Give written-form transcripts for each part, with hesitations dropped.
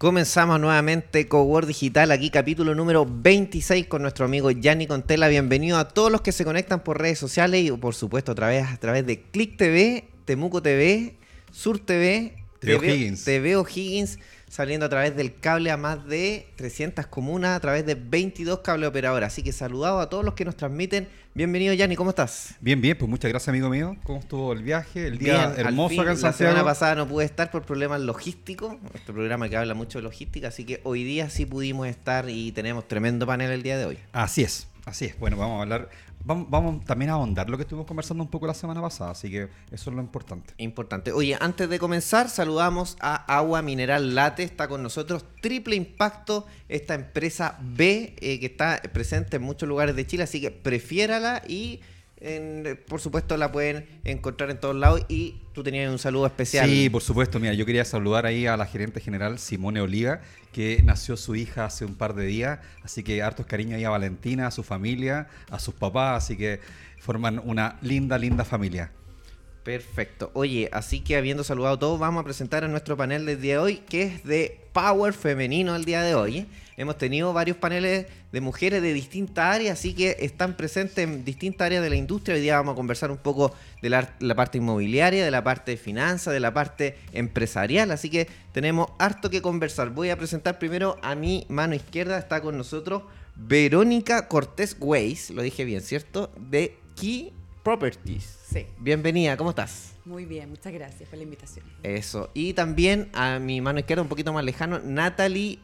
Comenzamos nuevamente Cowork Digital, aquí capítulo número 26 con nuestro amigo Yanni Contella. Bienvenido a todos los que se conectan por redes sociales y por supuesto a través de Click TV, Temuco TV, Sur TV, TV O'Higgins, saliendo a través del cable a más de 300 comunas, a través de 22 cable operadoras. Así que saludado a todos los que nos transmiten. Bienvenido, Yanni, ¿cómo estás? Bien, pues muchas gracias, amigo mío. ¿Cómo estuvo el viaje? El día bien, hermoso acá en Santiago. La semana pasada no pude estar por problemas logísticos, este programa que habla mucho de logística, así que hoy día sí pudimos estar y tenemos tremendo panel el día de hoy. Así es. Bueno, vamos a hablar, vamos también a ahondar lo que estuvimos conversando un poco la semana pasada, así que eso es lo importante. Importante. Oye, antes de comenzar, saludamos a Agua Mineral Late, está con nosotros Triple Impacto, esta empresa B que está presente en muchos lugares de Chile, así que prefiérala y por supuesto la pueden encontrar en todos lados. Y tú tenías un saludo especial. Sí, por supuesto. Mira, yo quería saludar ahí a la gerente general Simone Oliva, que nació su hija hace un par de días, así que hartos cariños ahí a Valentina, a su familia, a sus papás, así que forman una linda familia. Perfecto. Oye, así que habiendo saludado a todos, vamos a presentar a nuestro panel del día de hoy, que es de Power Femenino el día de hoy. Hemos tenido varios paneles de mujeres de distintas áreas, así que están presentes en distintas áreas de la industria. Hoy día vamos a conversar un poco de la parte inmobiliaria, de la parte de finanzas, de la parte empresarial, así que tenemos harto que conversar. Voy a presentar primero a mi mano izquierda, está con nosotros Verónica Cortés Weiss, lo dije bien, ¿cierto? De Key Properties. Sí. Bienvenida, ¿cómo estás? Muy bien, muchas gracias por la invitación. Eso. Y también a mi mano izquierda, un poquito más lejano, Natalie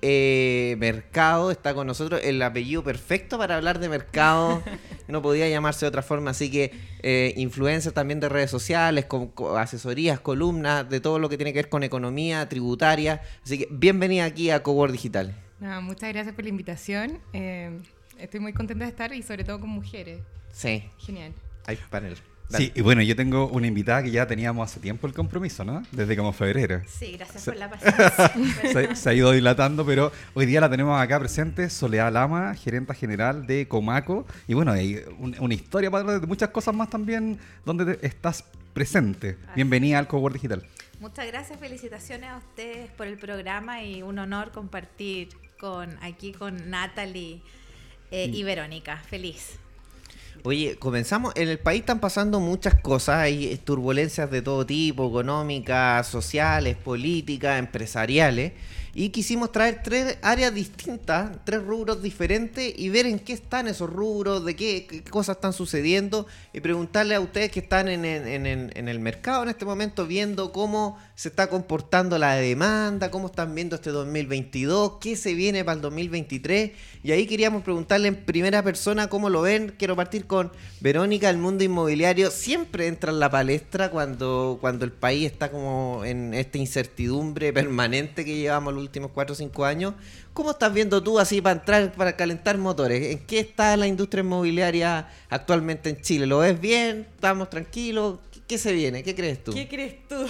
Mercado está con nosotros. El apellido perfecto para hablar de mercado. No podía llamarse de otra forma. Así que influencer también de redes sociales, con asesorías, columnas, de todo lo que tiene que ver con economía, tributaria. Así que bienvenida aquí a Cowork Digital. No, muchas gracias por la invitación. Estoy muy contenta de estar y sobre todo con mujeres. Sí. Genial. Hay panel. Dale. Sí, y bueno, yo tengo una invitada que ya teníamos hace tiempo el compromiso, ¿no? Desde como febrero. Sí, gracias por la paciencia. Se ha ido dilatando, pero hoy día la tenemos acá presente, Soledad Lama, gerenta general de Comaco. Y bueno, hay una historia para hablar de muchas cosas más también donde estás presente. Bienvenida al Cowork Digital. Muchas gracias, felicitaciones a ustedes por el programa y un honor compartir aquí con Natalie y Verónica. Feliz. Oye, comenzamos. En el país están pasando muchas cosas, hay turbulencias de todo tipo, económicas, sociales, políticas, empresariales, y quisimos traer 3 áreas distintas, 3 rubros diferentes y ver en qué están esos rubros, de qué cosas están sucediendo y preguntarle a ustedes que están en el mercado en este momento, viendo cómo se está comportando la demanda, cómo están viendo este 2022, qué se viene para el 2023. Y ahí queríamos preguntarle en primera persona cómo lo ven. Quiero partir con Verónica. El mundo inmobiliario siempre entra en la palestra cuando el país está como en esta incertidumbre permanente que llevamos los últimos 4 o 5 años. ¿Cómo estás viendo tú así para calentar motores? ¿En qué está la industria inmobiliaria actualmente en Chile? ¿Lo ves bien? ¿Estamos tranquilos? ¿Qué se viene? ¿Qué crees tú? ¿Qué crees tú?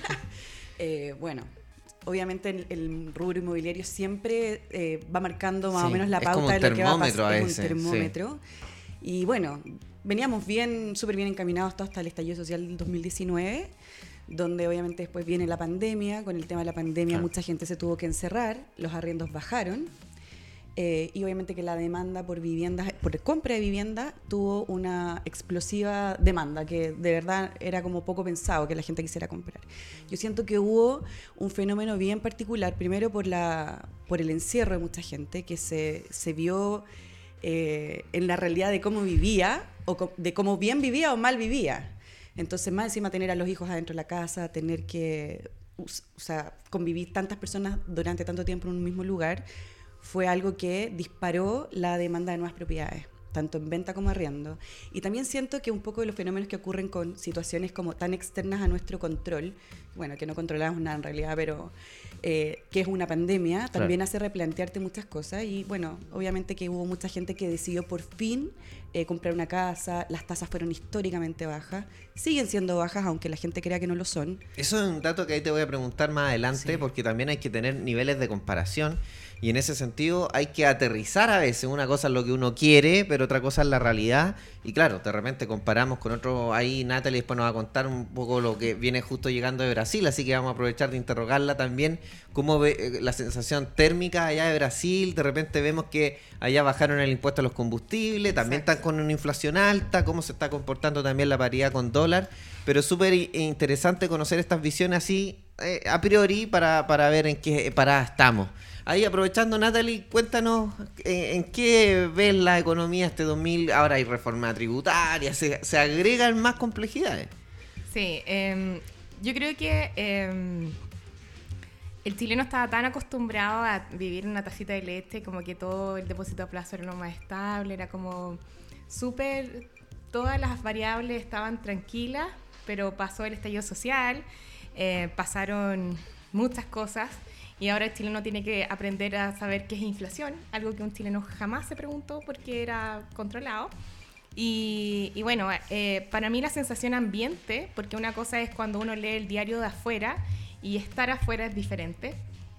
Bueno, obviamente el rubro inmobiliario siempre va marcando más o menos la pauta de lo que va a pasar. Es un termómetro. Y bueno, veníamos súper bien encaminados hasta el estallido social del 2019, donde obviamente después viene la pandemia. Con el tema de la pandemia mucha gente se tuvo que encerrar, los arriendos bajaron. Y obviamente que la demanda por compra de vivienda tuvo una explosiva demanda que de verdad era como poco pensado que la gente quisiera comprar. Yo siento que hubo un fenómeno bien particular, primero por el encierro de mucha gente que se vio en la realidad de cómo vivía, o de cómo bien vivía o mal vivía. Entonces, más encima tener a los hijos adentro de la casa, tener que convivir tantas personas durante tanto tiempo en un mismo lugar, fue algo que disparó la demanda de nuevas propiedades, tanto en venta como arriendo. Y también siento que un poco de los fenómenos que ocurren con situaciones como tan externas a nuestro control, bueno, que no controlamos nada en realidad, pero que es una pandemia, también hace replantearte muchas cosas. Y bueno, obviamente que hubo mucha gente que decidió por fin comprar una casa, las tasas fueron históricamente bajas, siguen siendo bajas aunque la gente crea que no lo son. Eso es un dato que ahí te voy a preguntar más adelante, porque también hay que tener niveles de comparación y en ese sentido hay que aterrizar a veces. Una cosa es lo que uno quiere, pero otra cosa es la realidad. Y claro, de repente comparamos con otro, ahí Natalie después nos va a contar un poco lo que viene justo llegando de Brasil, así que vamos a aprovechar de interrogarla también, cómo ve la sensación térmica allá de Brasil. De repente vemos que allá bajaron el impuesto a los combustibles, también están con una inflación alta, cómo se está comportando también la paridad con dólar, pero es súper interesante conocer estas visiones así a priori para ver en qué parada estamos. Ahí aprovechando, Natalie, cuéntanos en qué ves la economía este 2000. Ahora hay reforma tributaria, se agregan más complejidades. Sí, yo creo que el chileno estaba tan acostumbrado a vivir en una tacita de leche, como que todo el depósito a plazo era lo más estable, era como súper, todas las variables estaban tranquilas, pero pasó el estallido social, pasaron muchas cosas. Y ahora el chileno tiene que aprender a saber qué es inflación, algo que un chileno jamás se preguntó porque era controlado. Y bueno, para mí la sensación ambiente, porque una cosa es cuando uno lee el diario de afuera y estar afuera es diferente.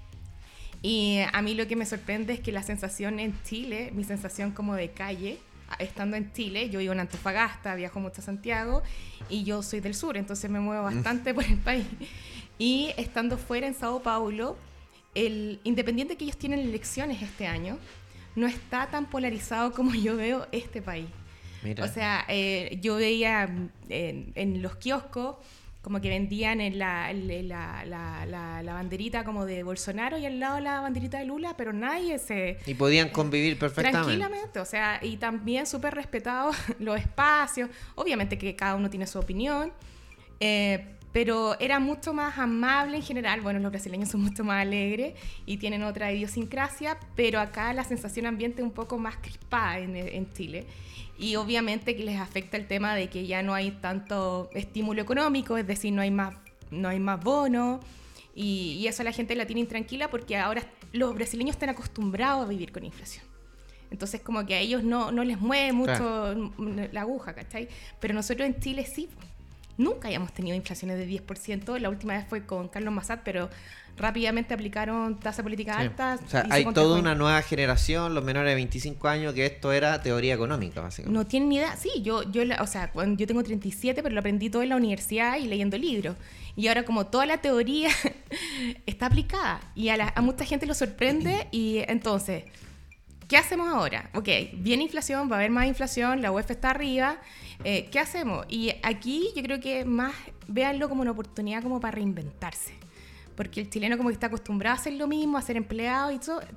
Y a mí lo que me sorprende es que la sensación en Chile, mi sensación como de calle, estando en Chile, yo vivo en Antofagasta, viajo mucho a Santiago y yo soy del sur, entonces me muevo bastante por el país. Y estando fuera en Sao Paulo, el Independiente, que ellos tienen elecciones este año, no está tan polarizado como yo veo este país. Mira. O sea, yo veía en los kioscos como que vendían la banderita como de Bolsonaro y al lado la banderita de Lula, pero nadie se... Y podían convivir perfectamente. Tranquilamente, o sea, y también súper respetados los espacios. Obviamente que cada uno tiene su opinión, pero era mucho más amable en general. Bueno, los brasileños son mucho más alegres y tienen otra idiosincrasia, pero acá la sensación ambiente es un poco más crispada en Chile. Y obviamente que les afecta el tema de que ya no hay tanto estímulo económico, es decir, no hay más bonos, y eso a la gente la tiene intranquila porque ahora los brasileños están acostumbrados a vivir con inflación. Entonces como que a ellos no les mueve mucho la aguja, ¿cachai? Pero nosotros en Chile sí. Nunca habíamos tenido inflaciones de 10%. La última vez fue con Carlos Massad, pero rápidamente aplicaron tasa política alta. O sea, hay toda una nueva generación, los menores de 25 años, que esto era teoría económica, básicamente. No tienen ni idea. Sí, yo tengo 37, pero lo aprendí todo en la universidad y leyendo libros. Y ahora como toda la teoría está aplicada y a mucha gente lo sorprende y entonces... ¿Qué hacemos ahora? Ok, viene inflación, va a haber más inflación, la UEF está arriba, ¿qué hacemos? Y aquí yo creo que más véanlo como una oportunidad como para reinventarse, porque el chileno como que está acostumbrado a hacer lo mismo, a ser empleado y todo.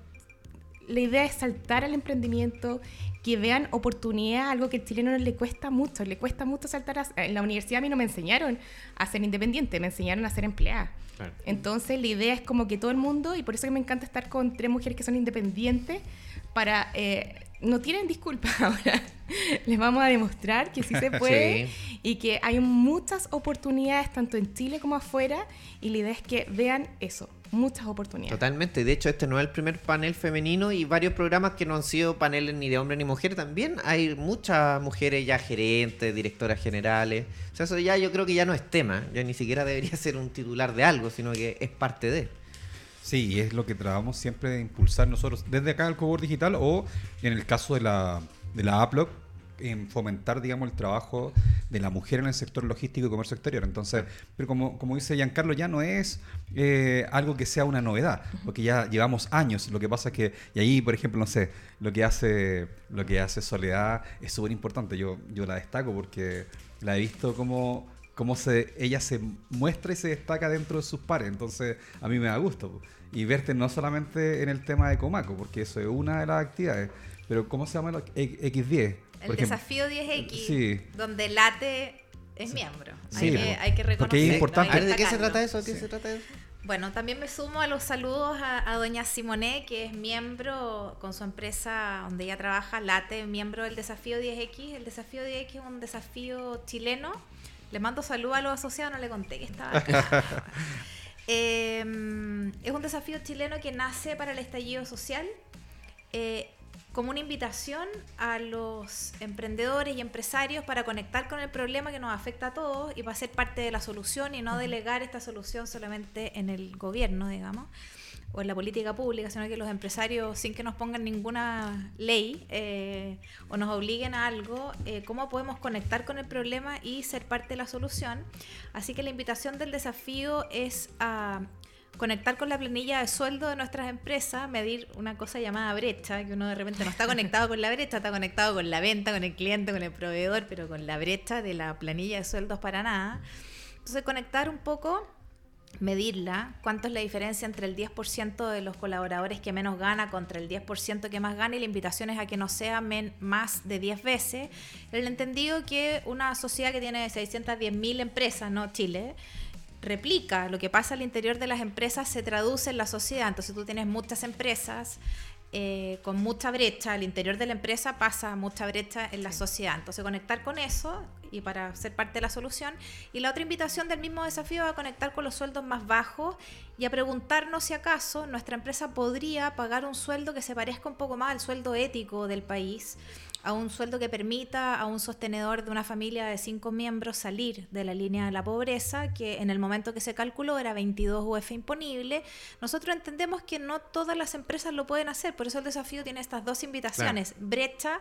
La idea es saltar al emprendimiento, que vean oportunidad, algo que al chileno le cuesta mucho saltar. En la universidad a mí no me enseñaron a ser independiente, me enseñaron a ser empleada. Claro. Entonces la idea es como que todo el mundo, y por eso que me encanta estar con 3 mujeres que son independientes, para no tienen disculpa ahora. Les vamos a demostrar que sí se puede sí. Y que hay muchas oportunidades tanto en Chile como afuera, y la idea es que vean eso, muchas oportunidades. Totalmente, de hecho este no es el primer panel femenino, y varios programas que no han sido paneles ni de hombre ni mujer también hay muchas mujeres ya gerentes, directoras generales. O sea, eso ya yo creo que ya no es tema, ya ni siquiera debería ser un titular de algo, sino que es parte de... Sí, y es lo que tratamos siempre de impulsar nosotros desde acá el Cowork Digital, o en el caso de la APLOC, en fomentar, digamos, el trabajo de la mujer en el sector logístico y comercio exterior. Entonces, pero como dice Giancarlo, ya no es algo que sea una novedad, porque ya llevamos años. Lo que pasa es que, y ahí, por ejemplo, no sé, lo que hace Soledad es súper importante. Yo la destaco porque la he visto como ella se muestra y se destaca dentro de sus pares. Entonces a mí me da gusto, y verte no solamente en el tema de Comaco, porque eso es una de las actividades, pero ¿cómo se llama el X10? El desafío 10X, sí. Donde Late es miembro. Sí, hay que reconocerlo. Porque es importante. ¿De qué se trata eso? Bueno, también me sumo a los saludos a doña Simone, que es miembro con su empresa donde ella trabaja, Late, miembro del desafío 10X. El desafío 10X es un desafío chileno. Le mando saludos a los asociados, no le conté que estaba acá. Es un desafío chileno que nace para el estallido social. como una invitación a los emprendedores y empresarios para conectar con el problema que nos afecta a todos y para ser parte de la solución y no delegar esta solución solamente en el gobierno, digamos, o en la política pública, sino que los empresarios, sin que nos pongan ninguna ley o nos obliguen a algo, cómo podemos conectar con el problema y ser parte de la solución. Así que la invitación del desafío es a conectar con la planilla de sueldo de nuestras empresas, medir una cosa llamada brecha, que uno de repente no está conectado con la brecha, está conectado con la venta, con el cliente, con el proveedor, pero con la brecha de la planilla de sueldos para nada. Entonces, conectar un poco, medirla, cuánto es la diferencia entre el 10% de los colaboradores que menos gana contra el 10% que más gana, y la invitación es a que no sea más de 10 veces. El entendido que una sociedad que tiene 610.000 empresas, ¿no? Chile, replica lo que pasa al interior de las empresas, se traduce en la sociedad. Entonces tú tienes muchas empresas con mucha brecha al interior de la empresa, pasa mucha brecha en la sociedad. Entonces conectar con eso y para ser parte de la solución. Y la otra invitación del mismo desafío es a conectar con los sueldos más bajos y a preguntarnos si acaso nuestra empresa podría pagar un sueldo que se parezca un poco más al sueldo ético del país, a un sueldo que permita a un sostenedor de una familia de 5 miembros salir de la línea de la pobreza, que en el momento que se calculó era 22 UF imponible. Nosotros entendemos que no todas las empresas lo pueden hacer, por eso el desafío tiene estas dos invitaciones, claro. Brecha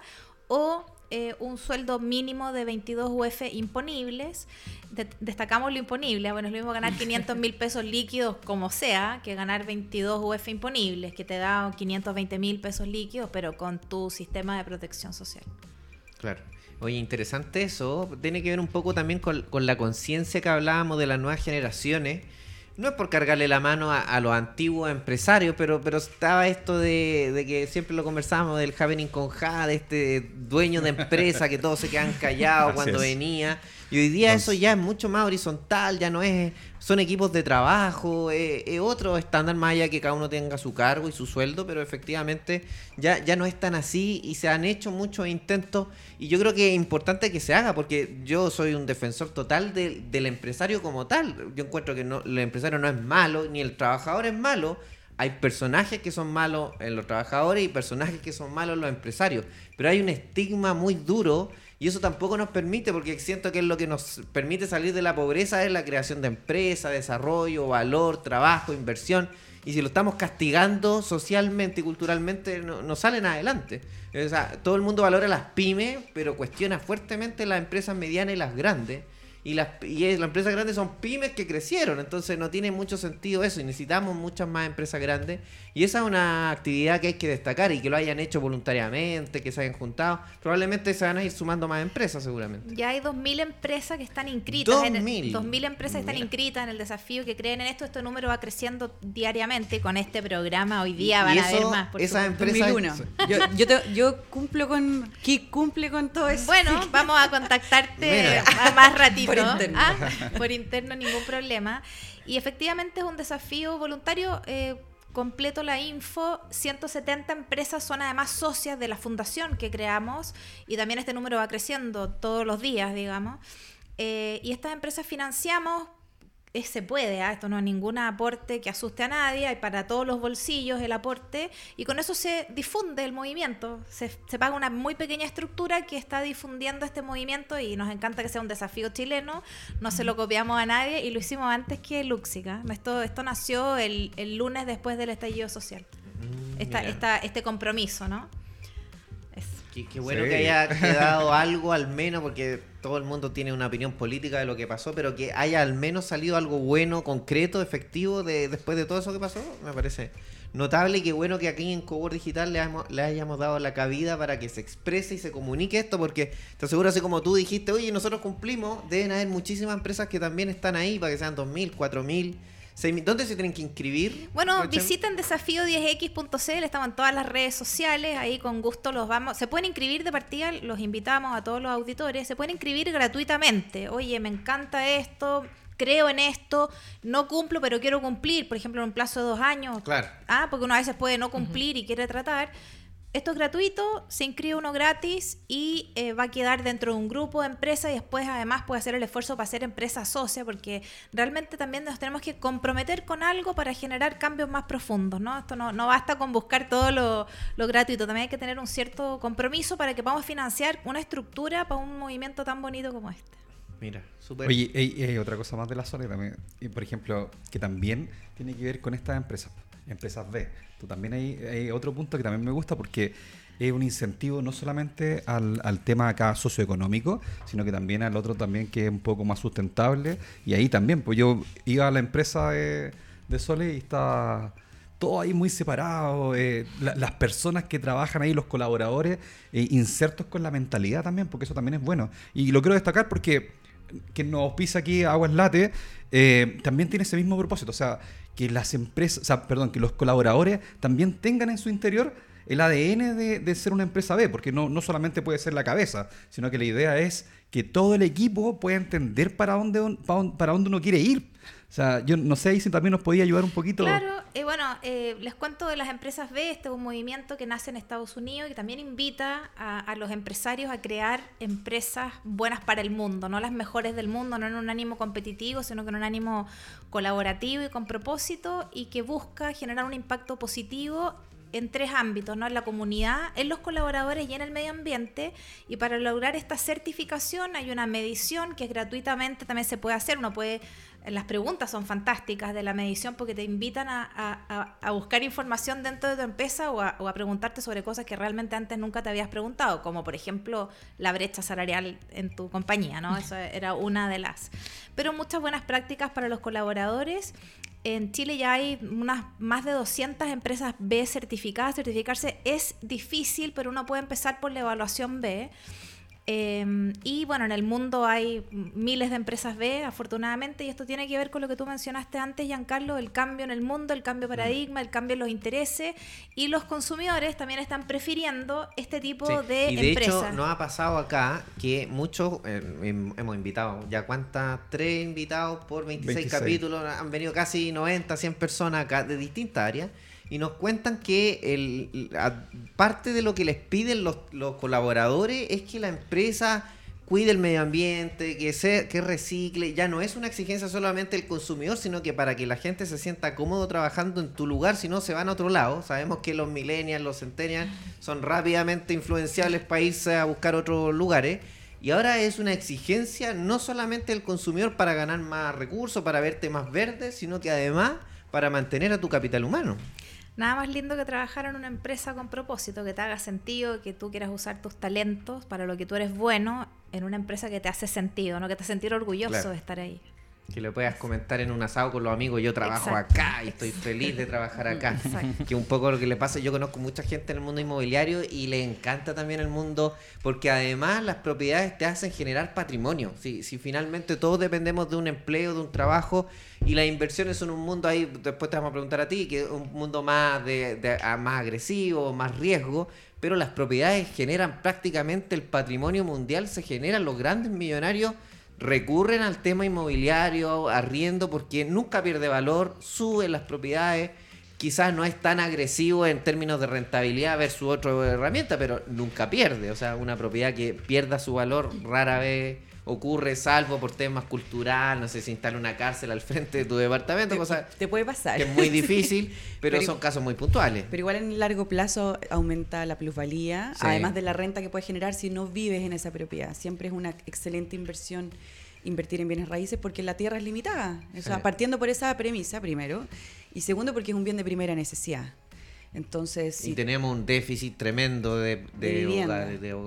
o un sueldo mínimo de 22 UF imponibles. Destacamos lo imponible. Bueno, es lo mismo ganar 500.000 pesos líquidos como sea, que ganar 22 UF imponibles, que te da 520.000 pesos líquidos, pero con tu sistema de protección social. Claro. Oye, interesante eso. Tiene que ver un poco también con la conciencia que hablábamos de las nuevas generaciones. No es por cargarle la mano a los antiguos empresarios, pero estaba esto de que siempre lo conversábamos del happening con Ja, de este dueño de empresa que todos se quedan callados cuando venía. Y hoy día eso ya es mucho más horizontal, ya no es, son equipos de trabajo, es otro estándar más allá que cada uno tenga su cargo y su sueldo, pero efectivamente ya no es tan así y se han hecho muchos intentos y yo creo que es importante que se haga porque yo soy un defensor total del empresario como tal. Yo encuentro que el empresario no es malo, ni el trabajador es malo. Hay personajes que son malos en los trabajadores y personajes que son malos en los empresarios, pero hay un estigma muy duro. Y eso tampoco nos permite, porque siento que es lo que nos permite salir de la pobreza, es la creación de empresas, desarrollo, valor, trabajo, inversión. Y si lo estamos castigando socialmente y culturalmente, no salen adelante. O sea, todo el mundo valora las pymes, pero cuestiona fuertemente las empresas medianas y las grandes. Y las empresas grandes son pymes que crecieron, entonces no tiene mucho sentido eso y necesitamos muchas más empresas grandes y esa es una actividad que hay que destacar y que lo hayan hecho voluntariamente, que se hayan juntado, probablemente se van a ir sumando más empresas seguramente. Ya hay 2.000 empresas que están inscritas, 2.000 empresas que están inscritas en el desafío, que creen en esto. Este número va creciendo diariamente con este programa, hoy día van a haber más. Por esas empresas 2001. Yo cumplo con todo eso. Bueno, vamos a contactarte más ratito. Por interno, ningún problema. Y efectivamente es un desafío voluntario. Completo la info, 170 empresas son además socias de la fundación que creamos y también este número va creciendo todos los días, digamos. Y estas empresas financiamos, se puede, esto no es ningún aporte que asuste a nadie, hay para todos los bolsillos el aporte y con eso se difunde el movimiento, se paga una muy pequeña estructura que está difundiendo este movimiento y nos encanta que sea un desafío chileno, no se lo copiamos a nadie y lo hicimos antes que Luxica. Esto nació el lunes después del estallido social, este compromiso, ¿no? Qué bueno que haya quedado algo al menos, porque todo el mundo tiene una opinión política de lo que pasó, pero que haya al menos salido algo bueno, concreto, efectivo después de todo eso que pasó, me parece notable y qué bueno que aquí en Cowork Digital le hayamos dado la cabida para que se exprese y se comunique esto, porque te aseguro, así como tú dijiste, oye, nosotros cumplimos, deben haber muchísimas empresas que también están ahí para que sean 2.000, 4.000. ¿Dónde se tienen que inscribir? Bueno, visiten desafío10x.cl, estamos en todas las redes sociales, ahí con gusto los vamos. Se pueden inscribir de partida, los invitamos a todos los auditores, se pueden inscribir gratuitamente. Oye, me encanta esto, creo en esto, no cumplo, pero quiero cumplir, por ejemplo, en un plazo de 2 años. Claro. Porque uno a veces puede no cumplir y quiere tratar. esto es gratuito, se inscribe uno gratis y va a quedar dentro de un grupo de empresas y después además puede hacer el esfuerzo para ser empresa socia, porque realmente también nos tenemos que comprometer con algo para generar cambios más profundos, ¿no? Esto no basta con buscar todo lo gratuito, también hay que tener un cierto compromiso para que podamos financiar una estructura para un movimiento tan bonito como este. Mira, súper. Oye, hay otra cosa más de la Sole también, por ejemplo, que también tiene que ver con estas empresas B. También hay otro punto que también me gusta porque es un incentivo no solamente al tema acá socioeconómico, sino que también al otro también que es un poco más sustentable. Y ahí también, pues yo iba a la empresa de Sole y está todo ahí muy separado, las personas que trabajan ahí, los colaboradores, insertos con la mentalidad también, porque eso también es bueno. Y lo quiero destacar porque quien nos auspicia aquí Aguas Late también tiene ese mismo propósito, o sea, que las empresas, que los colaboradores también tengan en su interior el ADN de ser una empresa B, porque no solamente puede ser la cabeza, sino que la idea es que todo el equipo pueda entender para dónde uno quiere ir. O sea, yo no sé si también nos podía ayudar un poquito. Claro, les cuento de las empresas B. Este es un movimiento que nace en Estados Unidos y que también invita a los empresarios a crear empresas buenas para el mundo, no las mejores del mundo, no en un ánimo competitivo, sino que en un ánimo colaborativo y con propósito, y que busca generar un impacto positivo en 3 ámbitos, ¿no? En la comunidad, en los colaboradores y en el medio ambiente. Y para lograr esta certificación hay una medición que gratuitamente también se puede hacer. Las preguntas son fantásticas de la medición porque te invitan a buscar información dentro de tu empresa o a preguntarte sobre cosas que realmente antes nunca te habías preguntado, como por ejemplo la brecha salarial en tu compañía, ¿no? Eso era una de las. Pero muchas buenas prácticas para los colaboradores. En Chile ya hay más de 200 empresas B certificadas. Certificarse es difícil, pero uno puede empezar por la evaluación B. Y bueno, en el mundo hay miles de empresas B, afortunadamente, y esto tiene que ver con lo que tú mencionaste antes, Giancarlo, el cambio en el mundo, el cambio de paradigma, el cambio en los intereses, y los consumidores también están prefiriendo este tipo de empresas. Y de hecho, nos ha pasado acá que muchos, hemos invitado, ¿ya cuántas? 3 invitados por 26 capítulos, han venido casi 90, 100 personas acá de distintas áreas, y nos cuentan que parte de lo que les piden los colaboradores es que la empresa cuide el medio ambiente, que recicle. Ya no es una exigencia solamente del consumidor, sino que para que la gente se sienta cómodo trabajando en tu lugar, si no se van a otro lado. Sabemos que los millennials, los centennials son rápidamente influenciables para irse a buscar otros lugares. Y ahora es una exigencia no solamente del consumidor para ganar más recursos, para verte más verde, sino que además para mantener a tu capital humano. Nada más lindo que trabajar en una empresa con propósito, que te haga sentido, que tú quieras usar tus talentos para lo que tú eres bueno, en una empresa que te hace sentido, ¿no? Que te hace sentir orgulloso de estar ahí. Que le puedas comentar en un asado con los amigos, yo trabajo acá y estoy feliz de trabajar acá. Que un poco lo que le pasa, yo conozco mucha gente en el mundo inmobiliario y le encanta también el mundo, porque además las propiedades te hacen generar patrimonio. Si finalmente todos dependemos de un empleo, de un trabajo, y las inversiones son un mundo ahí, después te vamos a preguntar a ti, que es un mundo más más agresivo, más riesgo, pero las propiedades generan prácticamente el patrimonio mundial, se generan, los grandes millonarios recurren al tema inmobiliario, arriendo, porque nunca pierde valor, suben las propiedades, quizás no es tan agresivo en términos de rentabilidad versus otra herramienta, pero nunca pierde. O sea, una propiedad que pierda su valor rara vez ocurre, salvo por temas culturales, no sé, si instala una cárcel al frente de tu departamento, te puede pasar. Que es muy difícil, pero son casos muy puntuales. Pero igual en el largo plazo aumenta la plusvalía, además de la renta que puedes generar si no vives en esa propiedad. Siempre es una excelente inversión invertir en bienes raíces porque la tierra es limitada. O sea, partiendo por esa premisa, primero, y segundo, porque es un bien de primera necesidad. Entonces, y tenemos un déficit tremendo de vivienda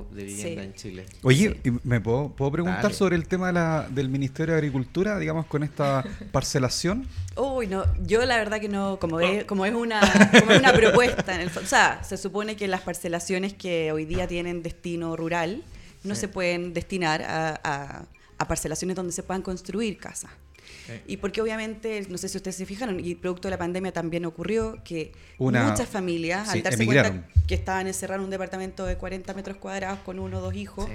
en Chile. Oye, ¿me puedo preguntar sobre el tema del Ministerio de Agricultura, digamos, con esta parcelación? Uy, no, yo la verdad que no, como es una propuesta en el fondo. O sea, se supone que las parcelaciones que hoy día tienen destino rural no se pueden destinar a parcelaciones donde se puedan construir casas. Y porque obviamente, no sé si ustedes se fijaron, y producto de la pandemia también ocurrió que muchas familias, al darse cuenta que estaban encerrados en un departamento de 40 metros cuadrados con 1 o 2 hijos,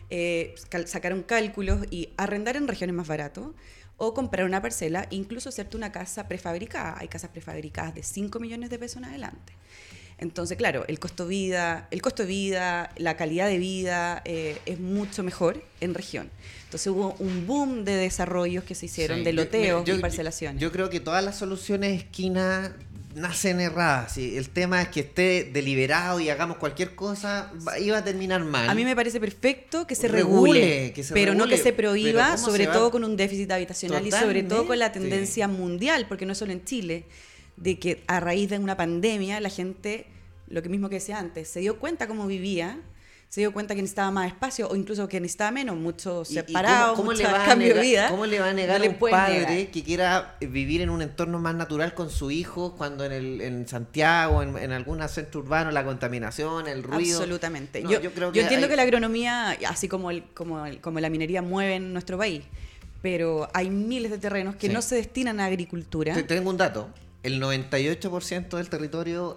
sacaron cálculos y arrendar en regiones más barato o comprar una parcela, incluso hacerte una casa prefabricada. Hay casas prefabricadas de 5 millones de pesos en adelante. Entonces, claro, el costo de vida, la calidad de vida es mucho mejor en región. Entonces hubo un boom de desarrollos que se hicieron, de loteos y parcelaciones. Yo creo que todas las soluciones esquina nacen erradas. ¿Sí? El tema es que esté deliberado y hagamos cualquier cosa, iba a terminar mal. A mí me parece perfecto que se regule, pero no que se prohíba, sobre todo con un déficit habitacional. Totalmente. Y sobre todo con la tendencia mundial, porque no es solo en Chile, de que a raíz de una pandemia la gente, lo que mismo que decía antes, se dio cuenta cómo vivía, se dio cuenta que necesitaba más espacio o incluso que necesitaba menos, mucho separado, mucho cambio de vida. ¿Cómo le va a negar a un padre que quiera vivir en un entorno más natural con su hijo cuando en Santiago, en algún centro urbano, la contaminación, el ruido? Absolutamente. No, yo entiendo que la agronomía, así como la minería, mueve en nuestro país, pero hay miles de terrenos que no se destinan a agricultura. Te tengo un dato. El 98% del territorio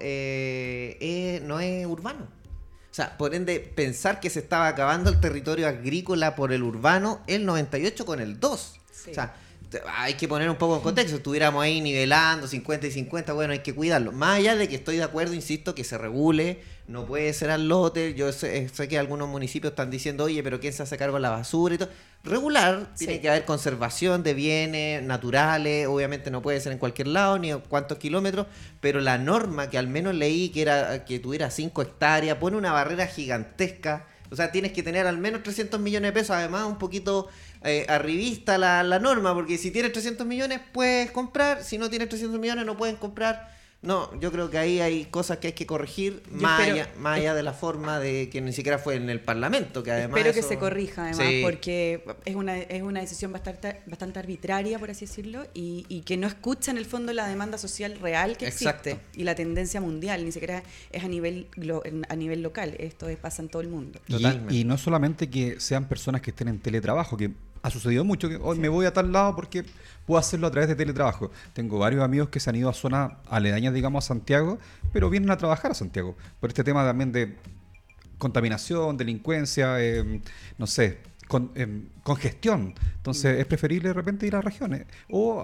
no es urbano. O sea, por ende, pensar que se estaba acabando el territorio agrícola por el urbano, el 98 con el 2. Sí. O sea, hay que poner un poco en contexto. Si estuviéramos ahí nivelando 50 y 50, bueno, hay que cuidarlo. Más allá de que estoy de acuerdo, insisto, que se regule, no puede ser al lote. Yo sé que algunos municipios están diciendo, oye, pero ¿quién se hace cargo de la basura y todo? Regular, tiene que haber conservación de bienes naturales, obviamente no puede ser en cualquier lado, ni a cuántos kilómetros, pero la norma que al menos leí que era que tuviera 5 hectáreas, pone una barrera gigantesca. O sea, tienes que tener al menos 300 millones de pesos, además un poquito arribista la norma, porque si tienes 300 millones puedes comprar, si no tienes 300 millones no pueden comprar. No, yo creo que ahí hay cosas que hay que corregir, más allá de la forma de que ni siquiera fue en el Parlamento, que además espero que se corrija, además, porque es una decisión bastante arbitraria, por así decirlo, y que no escucha en el fondo la demanda social real que existe. Y la tendencia mundial, ni siquiera es a nivel local, esto pasa en todo el mundo. Y no solamente que sean personas que estén en teletrabajo, que ha sucedido mucho, que hoy me voy a tal lado porque puedo hacerlo a través de teletrabajo. Tengo varios amigos que se han ido a zonas aledañas, digamos, a Santiago, pero vienen a trabajar a Santiago. Por este tema también de contaminación, delincuencia, no sé, congestión. Entonces es preferible de repente ir a regiones o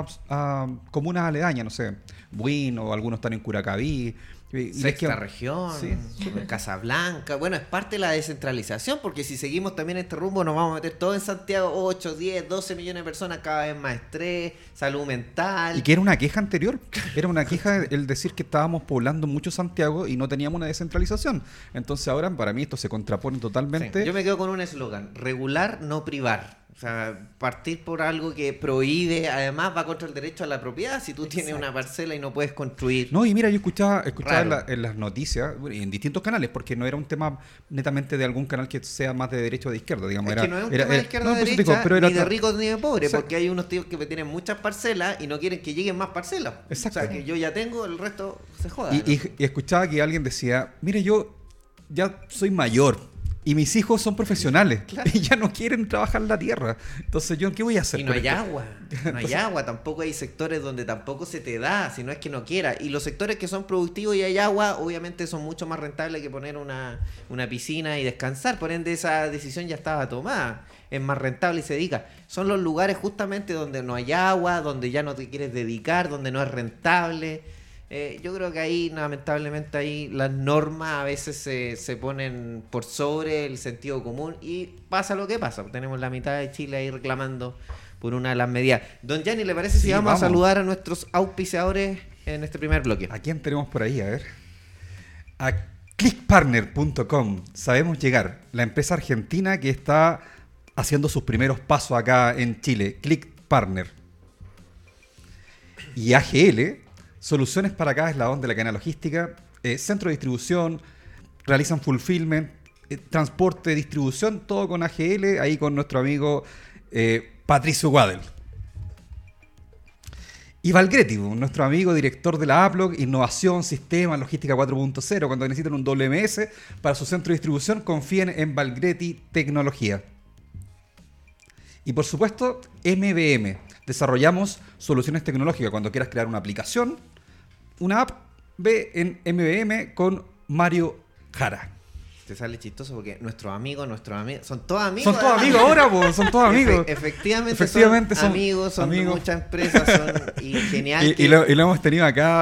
a comunas aledañas, no sé, Buin, o algunos están en Curacaví. Sexta región, Casablanca. Bueno, es parte de la descentralización, porque si seguimos también este rumbo nos vamos a meter todo en Santiago, 8, 10, 12 millones de personas, cada vez más estrés, salud mental. Y que era una queja anterior, era una queja el decir que estábamos poblando mucho Santiago y no teníamos una descentralización. Entonces ahora para mí esto se contrapone totalmente. Sí. Yo me quedo con un eslogan: regular, no privar. O sea, partir por algo que prohíbe, además va contra el derecho a la propiedad. Si tú tienes una parcela y no puedes construir. No, y mira, yo escuchaba en las noticias, en distintos canales, porque no era un tema netamente de algún canal que sea más de derecha o de izquierda, digamos. Es que no es un tema de izquierda o de derecha, ni de ricos ni de pobres, porque hay unos tíos que tienen muchas parcelas y no quieren que lleguen más parcelas. Exacto. O sea, que yo ya tengo, el resto se joda. Y escuchaba que alguien decía, mire, yo ya soy mayor y mis hijos son profesionales, claro, y ya no quieren trabajar en la tierra. Entonces, ¿yo qué voy a hacer? Y no hay agua, no hay agua. Tampoco hay sectores donde tampoco se te da, si no es que no quiera. Y los sectores que son productivos y hay agua, obviamente son mucho más rentables que poner una piscina y descansar. Por ende, esa decisión ya estaba tomada. Es más rentable y se dedica. Son los lugares justamente donde no hay agua, donde ya no te quieres dedicar, donde no es rentable. Yo creo que ahí, lamentablemente, ahí las normas a veces se ponen por sobre el sentido común y pasa lo que pasa. Tenemos la mitad de Chile ahí reclamando por una de las medidas. Don Gianni, ¿le parece si vamos a saludar a nuestros auspiciadores en este primer bloque? ¿A quién tenemos por ahí? A ver. A clickpartner.com. Sabemos llegar. La empresa argentina que está haciendo sus primeros pasos acá en Chile. ClickPartner. Y AGL, soluciones para cada eslabón de la cadena logística, centro de distribución, realizan fulfillment, transporte, distribución, todo con AGL, ahí con nuestro amigo Patricio Guadel. Y Valgretti, nuestro amigo director de la Applog, innovación, sistema, logística 4.0. Cuando necesitan un WMS para su centro de distribución, confíen en Valgretti Tecnología. Y por supuesto, MBM. Desarrollamos soluciones tecnológicas. Cuando quieras crear una aplicación, una app, ve en MBM con Mario Jara. Te sale chistoso porque nuestros amigos, son todos amigos. Son todos amigos ahora, son todos amigos. Efectivamente son amigos, son de muchas empresas, son y genial. Y lo hemos tenido acá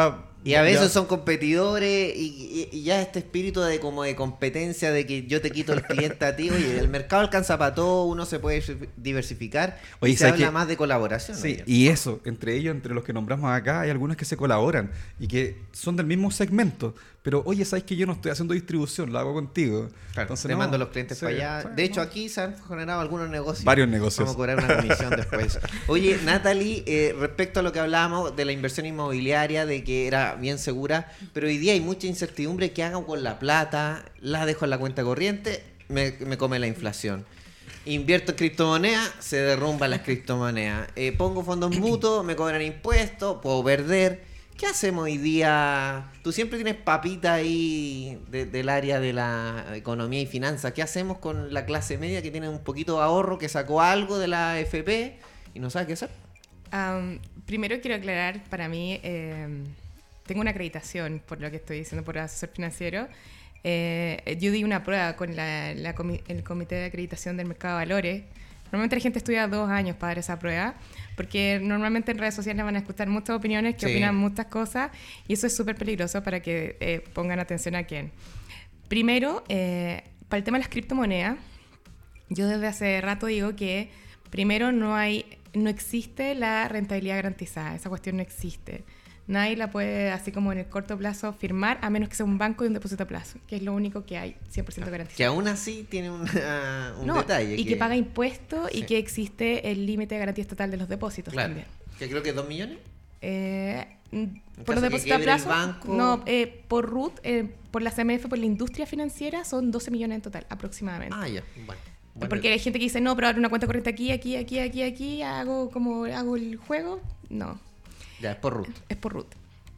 Y a veces son competidores y ya este espíritu de como de competencia, de que yo te quito el cliente a ti, oye, el mercado alcanza para todo, uno se puede diversificar, y se habla más de colaboración. Sí, y eso, entre ellos, entre los que nombramos acá, hay algunos que se colaboran y que son del mismo segmento, pero oye, ¿sabes que yo no estoy haciendo distribución? Lo hago contigo. Claro, entonces te mando los clientes para allá. De hecho, aquí se han generado algunos negocios. Varios negocios. Vamos a cobrar una comisión después. Oye, Natalie, respecto a lo que hablábamos de la inversión inmobiliaria, de que era bien segura, pero hoy día hay mucha incertidumbre. ¿Qué hago con la plata? ¿La dejo en la cuenta corriente? Me come la inflación. Invierto en criptomonedas, se derrumban las criptomonedas. Pongo fondos mutuos, me cobran impuestos, puedo perder. ¿Qué hacemos hoy día? Tú siempre tienes papita ahí del área de la economía y finanzas. ¿Qué hacemos con la clase media que tiene un poquito de ahorro, que sacó algo de la AFP y no sabe qué hacer? Primero quiero aclarar, para mí, tengo una acreditación por lo que estoy diciendo por asesor financiero. Yo di una prueba con el Comité de Acreditación del Mercado de Valores. Normalmente la gente estudia 2 años para dar esa prueba, porque normalmente en redes sociales van a escuchar muchas opiniones que opinan muchas cosas, y eso es súper peligroso para que pongan atención a quién. Primero, para el tema de las criptomonedas, yo desde hace rato digo que primero no existe la rentabilidad garantizada, esa cuestión no existe. Nadie la puede, así como en el corto plazo, firmar, a menos que sea un banco y un depósito a plazo, que es lo único que hay 100% garantizado. Que aún así tiene un detalle. Y que paga impuestos y que existe el límite de garantía estatal de los depósitos también. Que creo que es 2 millones. Por los depósitos a plazo, no, por RUT, por la CMF, por la industria financiera, son 12 millones en total, aproximadamente. Ah, ya, bueno. Porque hay gente que dice, no, pero ahora una cuenta corriente aquí, hago el juego. No. Ya, es por RUT. Es por RUT.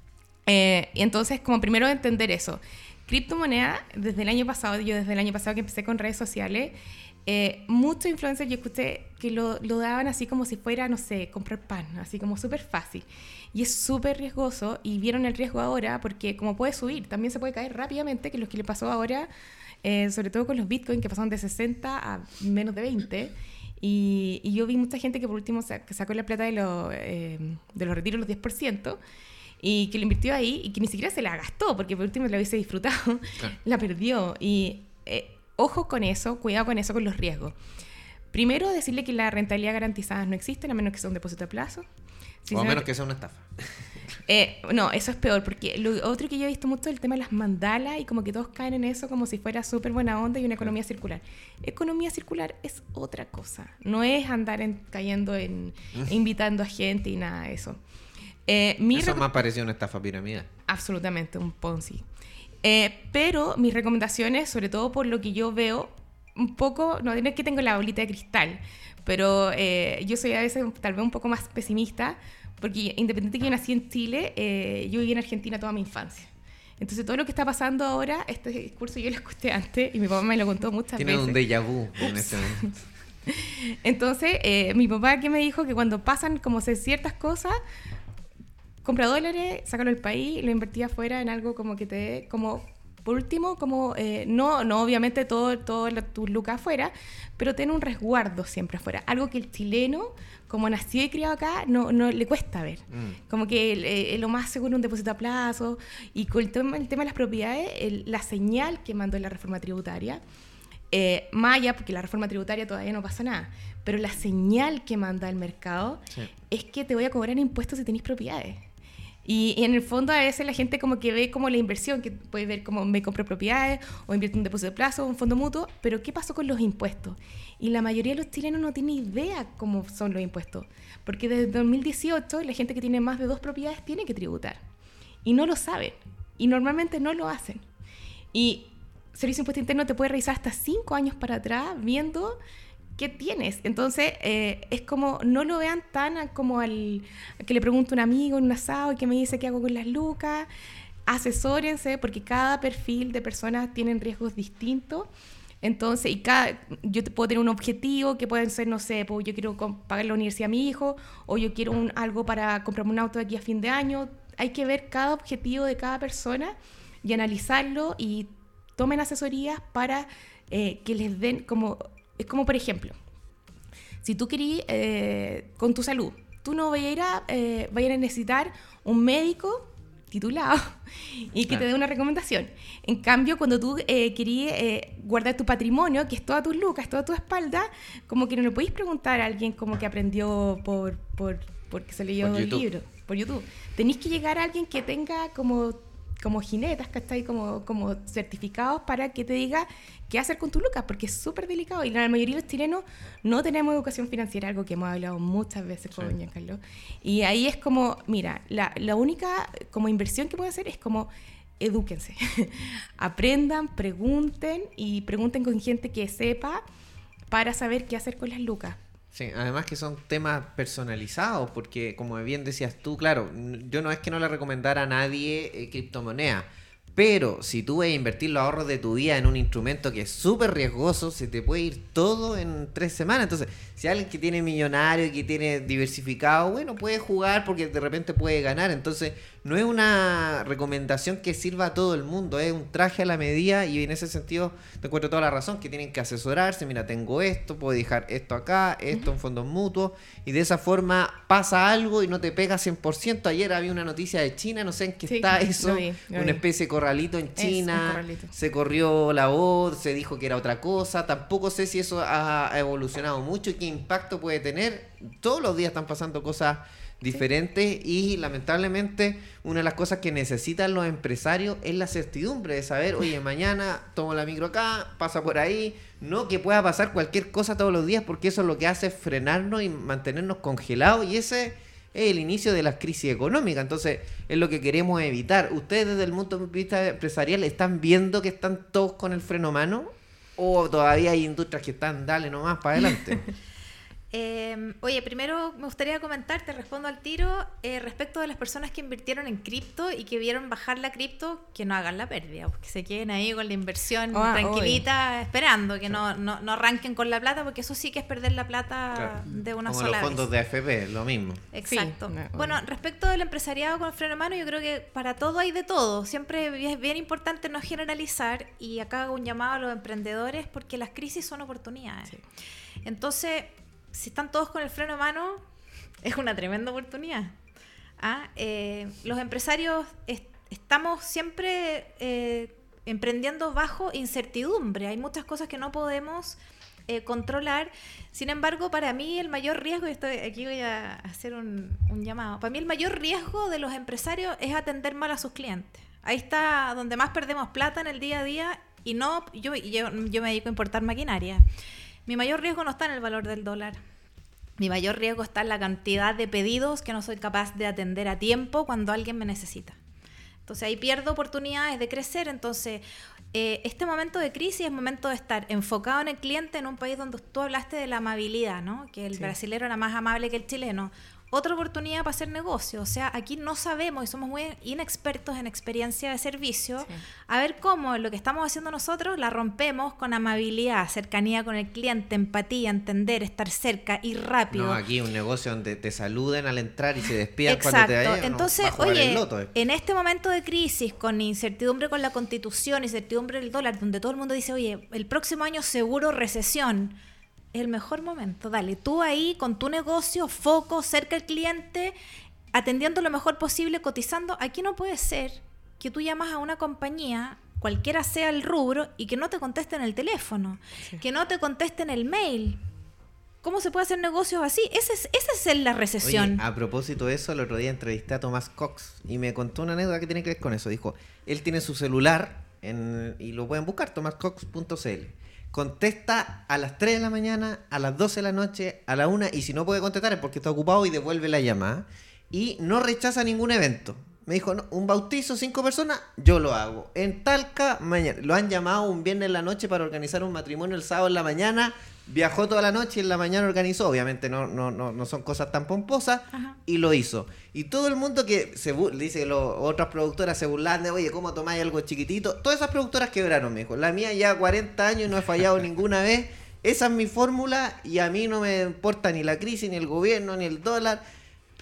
Y entonces, como primero entender eso. Criptomoneda, desde el año pasado que empecé con redes sociales, muchos influencers yo escuché que lo daban así como si fuera, no sé, comprar pan, así como súper fácil. Y es súper riesgoso, y vieron el riesgo ahora, porque como puede subir, también se puede caer rápidamente, que es lo que le pasó ahora, sobre todo con los Bitcoin, que pasaron de 60 a menos de 20. Y yo vi mucha gente que por último sacó la plata de los retiros, los 10%, y que lo invirtió ahí y que ni siquiera se la gastó, porque por último la hubiese disfrutado, la perdió. Y ojo con eso, cuidado con eso, con los riesgos. Primero, decirle que la rentabilidad garantizada no existe, a menos que sea un depósito a plazo. O a menos que sea una estafa. No, eso es peor, porque lo otro que yo he visto mucho es el tema de las mandalas, y como que todos caen en eso como si fuera súper buena onda y una economía circular. Economía circular es otra cosa, no es andar cayendo invitando a gente y nada de eso. Eso más parecía una estafa piramidal. Absolutamente, un Ponzi. Pero mis recomendaciones, sobre todo por lo que yo veo, un poco, no es que tengo la bolita de cristal, pero yo soy a veces tal vez un poco más pesimista, porque independiente que yo nací en Chile, yo viví en Argentina toda mi infancia. Entonces todo lo que está pasando ahora, este discurso yo lo escuché antes y mi papá me lo contó muchas veces. Tiene un déjà vu en ese momento. Entonces mi papá que me dijo que cuando pasan como ciertas cosas, compra dólares, sácalo del país, lo invertía afuera en algo como que te dé, como por último, como no obviamente todo tus lucas afuera, pero ten un resguardo siempre afuera. Algo que el chileno, como nació y criado acá, no le cuesta ver. Como que lo más seguro un depósito a plazo. Y con el tema de las propiedades, la señal que mandó la reforma tributaria, más allá, porque la reforma tributaria todavía no pasa nada, pero la señal que manda el mercado es que te voy a cobrar impuestos si tenés propiedades. Y en el fondo a veces la gente como que ve como la inversión, que puede ver como me compro propiedades o invierto en un depósito de plazo o un fondo mutuo, pero ¿qué pasó con los impuestos? Y la mayoría de los chilenos no tiene idea cómo son los impuestos, porque desde 2018 la gente que tiene más de 2 propiedades tiene que tributar, y no lo saben, y normalmente no lo hacen. Y Servicio de Impuesto Interno te puede revisar hasta 5 años para atrás viendo qué tienes. Entonces, es como, no lo vean tan como que le pregunto a un amigo en un asado y que me dice qué hago con las lucas. Asesórense, porque cada perfil de personas tienen riesgos distintos. Entonces, yo puedo tener un objetivo que pueden ser, no sé, pues yo quiero pagar la universidad a mi hijo, o yo quiero algo para comprarme un auto de aquí a fin de año. Hay que ver cada objetivo de cada persona y analizarlo, y tomen asesorías para que les den como... Es como, por ejemplo, si tú querías, con tu salud, tú no vayas a necesitar un médico, titulado y que te dé una recomendación. En cambio, cuando tú querías guardar tu patrimonio, que es todas tus lucas, toda tu espalda, como que no le podéis preguntar a alguien como que aprendió porque se leyó el libro, por YouTube. Tenéis que llegar a alguien que tenga como jinetas, ¿cachai? Como certificados para que te diga qué hacer con tus lucas, porque es súper delicado. Y la mayoría de los chilenos no tenemos educación financiera, algo que hemos hablado muchas veces con Giancarlo. Y ahí es como, mira, la única como inversión que puedo hacer es como edúquense. Aprendan, pregunten con gente que sepa para saber qué hacer con las lucas. Sí, además que son temas personalizados, porque como bien decías tú, claro, yo no es que no le recomendara a nadie criptomoneda, pero si tú vas a invertir los ahorros de tu vida en un instrumento que es súper riesgoso, se te puede ir todo en 3 semanas. Entonces, si alguien que tiene millonario y que tiene diversificado, bueno, puede jugar porque de repente puede ganar. Entonces, no es una recomendación que sirva a todo el mundo, es un traje a la medida, y en ese sentido te encuentro toda la razón, que tienen que asesorarse. Mira, tengo esto, puedo dejar esto acá, esto en fondos mutuos, y de esa forma pasa algo y no te pega 100%. Ayer había una noticia de China, no sé en qué está eso, lo vi. Una especie de corralito en China, se corrió la voz, se dijo que era otra cosa, tampoco sé si eso ha evolucionado mucho y qué impacto puede tener. Todos los días están pasando cosas diferentes, y lamentablemente una de las cosas que necesitan los empresarios es la certidumbre de saber, oye, mañana tomo la micro acá, pasa por ahí, no que pueda pasar cualquier cosa todos los días, porque eso es lo que hace frenarnos y mantenernos congelados, y ese es el inicio de las crisis económicas. Entonces es lo que queremos evitar. ¿Ustedes desde el punto de vista empresarial están viendo que están todos con el freno a mano, o todavía hay industrias que están dale nomás para adelante? Oye, primero me gustaría comentar, te respondo al tiro, respecto de las personas que invirtieron en cripto y que vieron bajar la cripto, que no hagan la pérdida, que se queden ahí con la inversión tranquilita, esperando, que no arranquen con la plata, porque eso sí que es perder la plata de una como sola vez. Como los fondos de AFP, lo mismo. Exacto. Sí, bueno, respecto del empresariado con el freno de mano, yo creo que para todo hay de todo. Siempre es bien importante no generalizar, y acá hago un llamado a los emprendedores, porque las crisis son oportunidades. Sí. Entonces, si están todos con el freno de mano, es una tremenda oportunidad. Los empresarios estamos siempre emprendiendo bajo incertidumbre. Hay muchas cosas que no podemos controlar. Sin embargo, para mí el mayor riesgo, y aquí voy a hacer un llamado, para mí el mayor riesgo de los empresarios es atender mal a sus clientes. Ahí está donde más perdemos plata en el día a día, y no, yo me dedico a importar maquinaria. Mi mayor riesgo no está en el valor del dólar. Mi mayor riesgo está en la cantidad de pedidos que no soy capaz de atender a tiempo cuando alguien me necesita. Entonces ahí pierdo oportunidades de crecer. Entonces este momento de crisis es momento de estar enfocado en el cliente, en un país donde tú hablaste de la amabilidad, ¿no? Que el brasilero era más amable que el chileno. Otra oportunidad para hacer negocio. O sea, aquí no sabemos y somos muy inexpertos en experiencia de servicio. A ver cómo lo que estamos haciendo nosotros la rompemos con amabilidad, cercanía con el cliente, empatía, entender, estar cerca y rápido. No, aquí un negocio donde te saluden al entrar y se despidan cuando te vayan. Entonces, oye, en este momento de crisis, con incertidumbre con la Constitución, incertidumbre del dólar, donde todo el mundo dice, oye, el próximo año seguro recesión, es el mejor momento. Dale, tú ahí con tu negocio, foco, cerca al cliente, atendiendo lo mejor posible, cotizando. Aquí no puede ser que tú llamas a una compañía, cualquiera sea el rubro, y que no te contesten el teléfono, que no te contesten el mail. ¿Cómo se puede hacer negocios así? Esa es la recesión. Oye, a propósito de eso, el otro día entrevisté a Tomás Cox y me contó una anécdota que tiene que ver con eso. Dijo, él tiene su celular y lo pueden buscar, tomascox.cl. Contesta a las 3 de la mañana, a las 12 de la noche, a la 1, y si no puede contestar es porque está ocupado y devuelve la llamada. Y no rechaza ningún evento. Me dijo, no, un bautizo, 5 personas, yo lo hago. En Talca, mañana. Lo han llamado un viernes en la noche para organizar un matrimonio el sábado en la mañana. Viajó toda la noche y en la mañana organizó. Obviamente no son cosas tan pomposas. Ajá. Y lo hizo. Y todo el mundo que dice que otras productoras se burlan de, oye, ¿cómo tomáis algo chiquitito? Todas esas productoras quebraron, me dijo. La mía ya 40 años y no he fallado ninguna vez. Esa es mi fórmula y a mí no me importa ni la crisis, ni el gobierno, ni el dólar.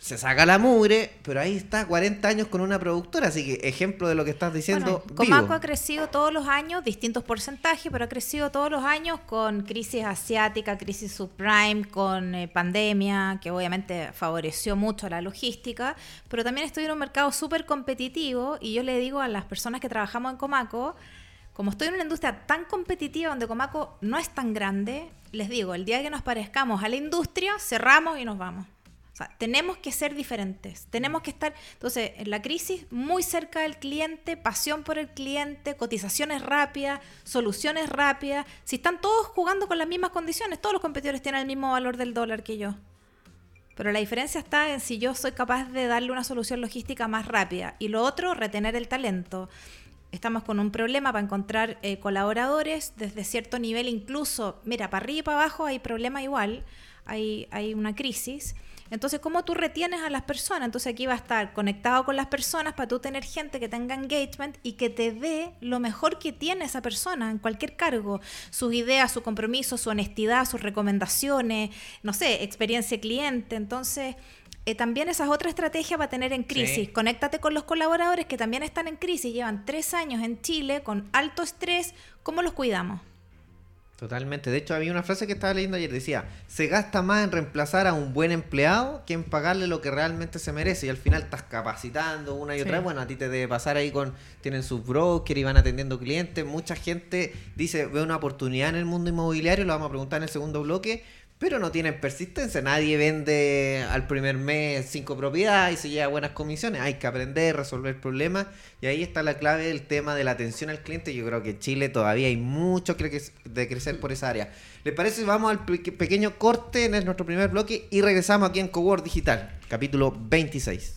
se saca la mugre, pero ahí está 40 años con una productora, así que ejemplo de lo que estás diciendo. Bueno, Comaco ha crecido todos los años, distintos porcentajes, pero ha crecido todos los años con crisis asiática, crisis subprime, con pandemia, que obviamente favoreció mucho a la logística, pero también estoy en un mercado súper competitivo y yo le digo a las personas que trabajamos en Comaco, como estoy en una industria tan competitiva donde Comaco no es tan grande, les digo, el día que nos parezcamos a la industria, cerramos y nos vamos. O sea, tenemos que ser diferentes, tenemos que estar, entonces, en la crisis, muy cerca del cliente, pasión por el cliente, cotizaciones rápidas, soluciones rápidas. Si están todos jugando con las mismas condiciones, todos los competidores tienen el mismo valor del dólar que yo. Pero la diferencia está en si yo soy capaz de darle una solución logística más rápida. Y lo otro, retener el talento. Estamos con un problema para encontrar colaboradores desde cierto nivel, incluso, mira, para arriba y para abajo hay problema igual, hay una crisis. Entonces, ¿cómo tú retienes a las personas? Entonces aquí va a estar conectado con las personas para tú tener gente que tenga engagement y que te dé lo mejor que tiene esa persona en cualquier cargo. Sus ideas, su compromiso, su honestidad, sus recomendaciones, no sé, experiencia cliente. Entonces, también esa es otra estrategia para tener en crisis. Sí. Conéctate con los colaboradores que también están en crisis, llevan 3 años en Chile con alto estrés. ¿Cómo los cuidamos? Totalmente. De hecho, había una frase que estaba leyendo ayer. Decía, se gasta más en reemplazar a un buen empleado que en pagarle lo que realmente se merece. Y al final estás capacitando una y otra vez. Bueno, a ti te debe pasar ahí tienen sus brokers y van atendiendo clientes. Mucha gente dice, ve una oportunidad en el mundo inmobiliario, lo vamos a preguntar en el segundo bloque, pero no tienen persistencia. Nadie vende al primer mes 5 propiedades y se lleva buenas comisiones. Hay que aprender, resolver problemas. Y ahí está la clave del tema de la atención al cliente. Yo creo que en Chile todavía hay mucho de crecer por esa área. ¿Les parece si vamos al pequeño corte en nuestro primer bloque y regresamos aquí en Cowork Digital, capítulo 26?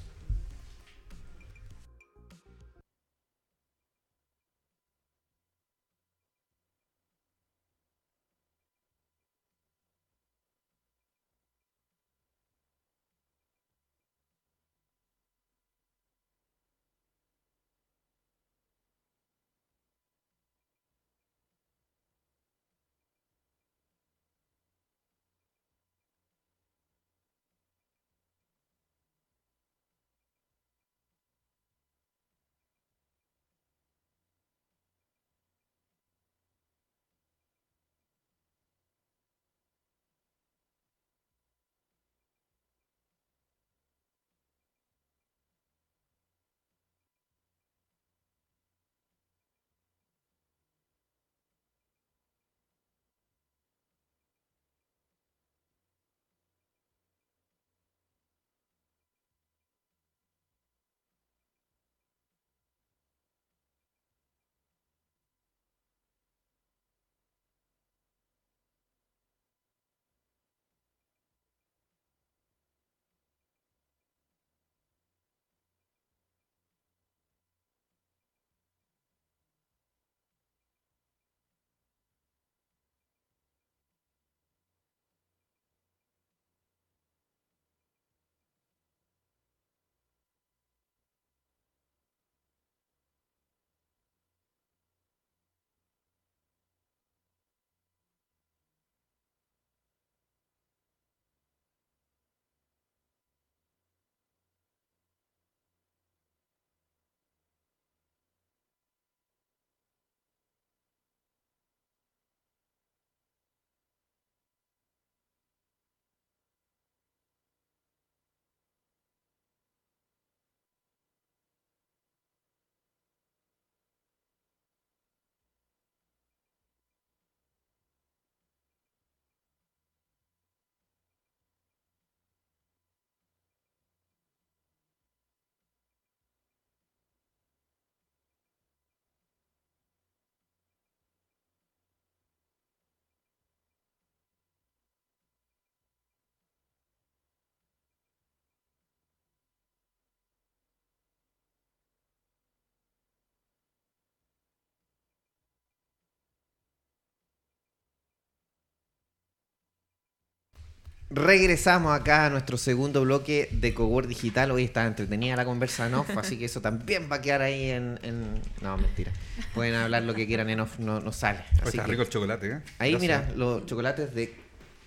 Regresamos acá a nuestro segundo bloque de Cowork Digital. Hoy está entretenida la conversa en off, así que eso también va a quedar ahí No, mentira. Pueden hablar lo que quieran en off, no sale. Está rico el chocolate, ¿eh? Ahí, gracias. Mira, los chocolates de